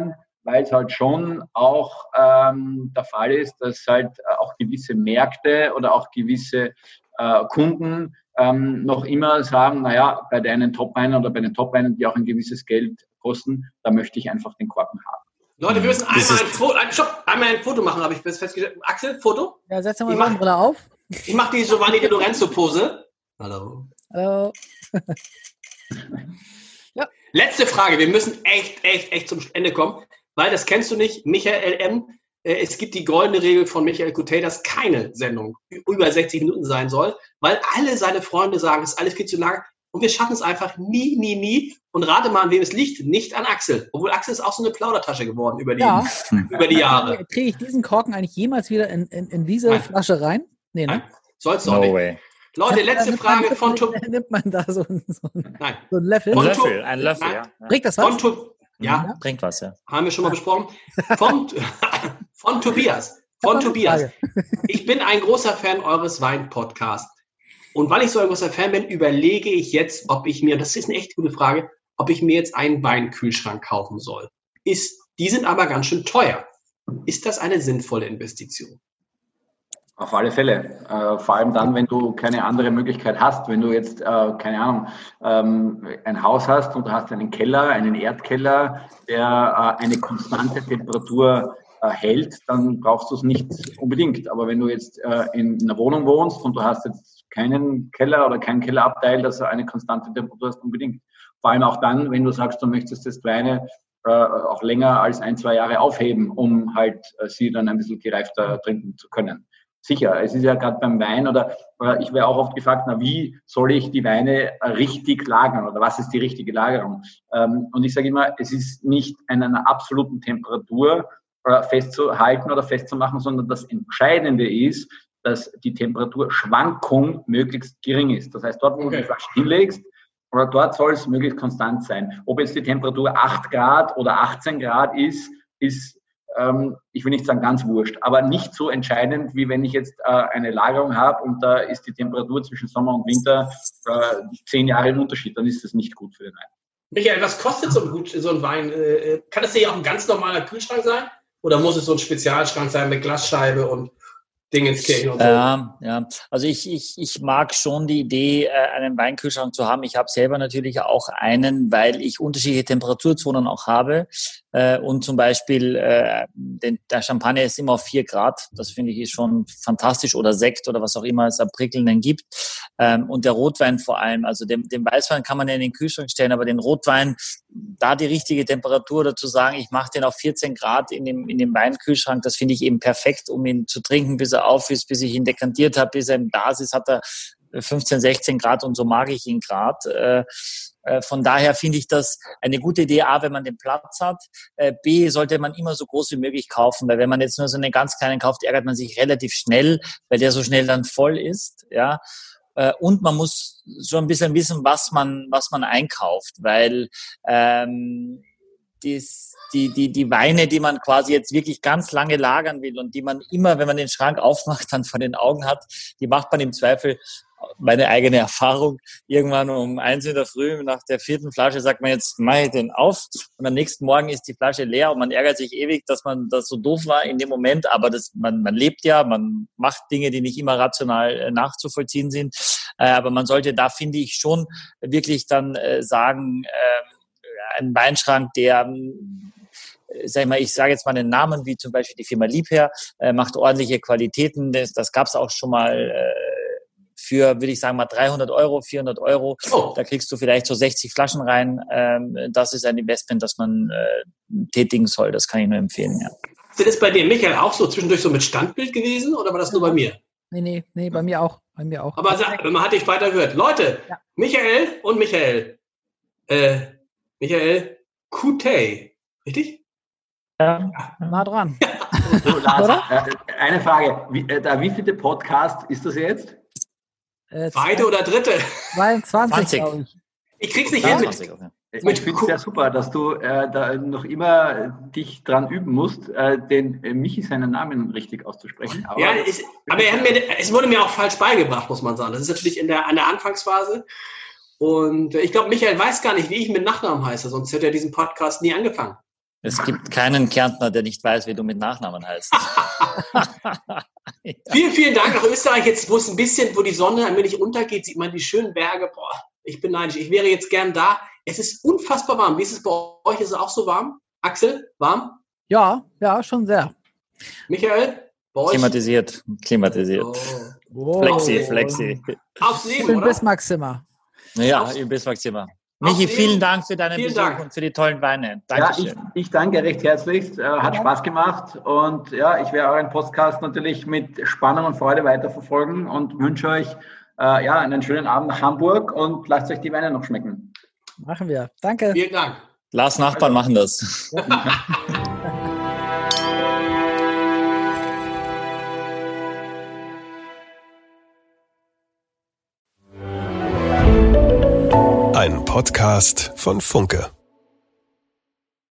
weil es halt schon auch ähm, der Fall ist, dass halt auch gewisse Märkte oder auch gewisse äh, Kunden ähm, noch immer sagen, naja, bei deinen Top-Weinen oder bei den Top-Weinen, die auch ein gewisses Geld kosten, da möchte ich einfach den Korken haben. Leute, wir müssen einmal ein, Foto, ein, stopp, einmal ein Foto machen, habe ich festgestellt. Axel, Foto? Ja, setz mal die Brille auf. Ich mache die Giovanni De Lorenzo-Pose. Hallo. Hallo. Ja. Letzte Frage, wir müssen echt, echt, echt zum Ende kommen, weil das kennst du nicht, Michael M. Es gibt die goldene Regel von Michael Coutet, dass keine Sendung über sechzig Minuten sein soll, weil alle seine Freunde sagen, es ist alles viel zu lang und wir schaffen es einfach nie, nie, nie. Und rate mal, an wem es liegt, nicht an Axel. Obwohl Axel ist auch so eine Plaudertasche geworden über die, ja. über die Jahre. Kriege ich diesen Korken eigentlich jemals wieder in, in, in diese Nein. Flasche rein? Nee, ne? Nein, sollst du auch no nicht. Way. Leute, letzte ja, Frage man, von Tobias. Nimmt man da so, so, Nein. so einen Löffel? Ein Löffel, ein Löffel, ja. Bringt das was? Von ja. ja, bringt was, ja. Haben wir schon mal besprochen. Von, von Tobias. Von Tobias. Ich bin ein großer Fan eures Wein-Podcasts. Und weil ich so ein großer Fan bin, überlege ich jetzt, ob ich mir, das ist eine echt gute Frage, ob ich mir jetzt einen Weinkühlschrank kaufen soll. Ist, die sind aber ganz schön teuer. Ist das eine sinnvolle Investition? Auf alle Fälle. Äh, vor allem dann, wenn du keine andere Möglichkeit hast. Wenn du jetzt, äh, keine Ahnung, ähm, ein Haus hast und du hast einen Keller, einen Erdkeller, der äh, eine konstante Temperatur äh, hält, dann brauchst du es nicht unbedingt. Aber wenn du jetzt äh, in einer Wohnung wohnst und du hast jetzt keinen Keller oder keinen Kellerabteil, das eine konstante Temperatur hast, unbedingt. Vor allem auch dann, wenn du sagst, du möchtest jetzt Weine äh, auch länger als ein, zwei Jahre aufheben, um halt äh, sie dann ein bisschen gereifter trinken zu können. Sicher, es ist ja gerade beim Wein oder äh, ich werde auch oft gefragt, na wie soll ich die Weine äh, richtig lagern oder was ist die richtige Lagerung? Ähm, und ich sage immer, es ist nicht an einer absoluten Temperatur äh, festzuhalten oder festzumachen, sondern das Entscheidende ist, dass die Temperaturschwankung möglichst gering ist. Das heißt, dort, wo okay. du die Flasche hinlegst, oder dort soll es möglichst konstant sein. Ob jetzt die Temperatur acht Grad oder achtzehn Grad ist, ist ähm, ich will nicht sagen ganz wurscht, aber nicht so entscheidend, wie wenn ich jetzt äh, eine Lagerung habe und da ist die Temperatur zwischen Sommer und Winter äh, zehn Jahre im Unterschied, dann ist das nicht gut für den Wein. Michael, was kostet so ein, gut, so ein Wein? Äh, kann das ja auch ein ganz normaler Kühlschrank sein? Oder muss es so ein Spezialschrank sein mit Glasscheibe und Dingenskirchen und so? Ähm, ja, also ich, ich, ich mag schon die Idee, einen Weinkühlschrank zu haben. Ich habe selber natürlich auch einen, weil ich unterschiedliche Temperaturzonen auch habe. Und zum Beispiel äh, den, der Champagner ist immer auf vier Grad. Das finde ich ist schon fantastisch. Oder Sekt oder was auch immer es am Prickelnden gibt. Ähm, und der Rotwein vor allem. Also den, den Weißwein kann man ja in den Kühlschrank stellen, aber den Rotwein, da die richtige Temperatur dazu sagen, ich mache den auf vierzehn Grad in dem, in dem Weinkühlschrank, das finde ich eben perfekt, um ihn zu trinken, bis er auf ist, bis ich ihn dekantiert habe, bis er im Glas ist, hat er fünfzehn, sechzehn Grad und so mag ich ihn gerade. Äh, Von daher finde ich das eine gute Idee, A, wenn man den Platz hat. B, sollte man immer so groß wie möglich kaufen, weil wenn man jetzt nur so einen ganz kleinen kauft, ärgert man sich relativ schnell, weil der so schnell dann voll ist. Ja. Und man muss so ein bisschen wissen, was man, was man einkauft, weil ähm, dies, die, die, die Weine, die man quasi jetzt wirklich ganz lange lagern will und die man immer, wenn man den Schrank aufmacht, dann vor den Augen hat, die macht man im Zweifel, meine eigene Erfahrung, irgendwann um eins in der Früh, nach der vierten Flasche sagt man, jetzt mache ich den auf und am nächsten Morgen ist die Flasche leer und man ärgert sich ewig, dass man das so doof war in dem Moment, aber das, man, man lebt ja, man macht Dinge, die nicht immer rational nachzuvollziehen sind, aber man sollte da, finde ich, schon wirklich dann sagen, ein Weinschrank, der sag ich mal, ich sage jetzt mal einen Namen, wie zum Beispiel die Firma Liebherr, macht ordentliche Qualitäten, das, das gab es auch schon mal für, würde ich sagen, mal dreihundert Euro, vierhundert Euro. Oh. Da kriegst du vielleicht so sechzig Flaschen rein. Das ist ein Investment, das man tätigen soll. Das kann ich nur empfehlen, ja. Ist das bei dir, Michael, auch so zwischendurch so mit Standbild gewesen oder war das nur bei mir? Nee, nee, nee, bei mir auch. Bei mir auch. Aber sag, man hat dich weiter gehört. Leute, ja. Michael und Michael. Äh, Michael Coutet, richtig? Ja, nah dran. So, Lars, äh, eine Frage. Wie, äh, der wievielte Podcast ist das jetzt? Äh, Zweite oder dritte? zweiundzwanzig, glaube ich. Ich krieg's nicht hin. Mit, ich finde es sehr super, dass du äh, da noch immer dich dran üben musst, äh, den äh, Michi seinen Namen richtig auszusprechen. Aber, ja, ist, aber er hat mir, es wurde mir auch falsch beigebracht, muss man sagen. Das ist natürlich in der, an der Anfangsphase. Und ich glaube, Michael weiß gar nicht, wie ich mit Nachnamen heiße, sonst hätte er diesen Podcast nie angefangen. Es gibt keinen Kärntner, der nicht weiß, wie du mit Nachnamen heißt. Ja. Vielen, vielen Dank nach Österreich. Jetzt, wo es ein bisschen, wo die Sonne ein wenig untergeht, sieht man die schönen Berge. Boah, ich bin neidisch. Ich wäre jetzt gern da. Es ist unfassbar warm. Wie ist es bei euch? Ist es auch so warm? Axel, warm? Ja, ja, schon sehr. Michael, bei euch? Klimatisiert, klimatisiert. Oh. Oh. Flexi, flexi. Aufs Leben, Im oder? Bismarck-Zimmer. Ja, Aufs- im Bismarck-Zimmer. Aufs Michi, Leben. vielen Dank für deinen Vielen Besuch Dank. und für die tollen Weine. Ja, Dankeschön. ich, ich danke recht herzlichst. Äh, hat Spaß gemacht. Und ja, ich werde euren Podcast natürlich mit Spannung und Freude weiterverfolgen und wünsche euch äh, ja, einen schönen Abend nach Hamburg und lasst euch die Weine noch schmecken. Machen wir. Danke. Vielen Dank. Lars Nachbarn machen das. Ein Podcast von Funke.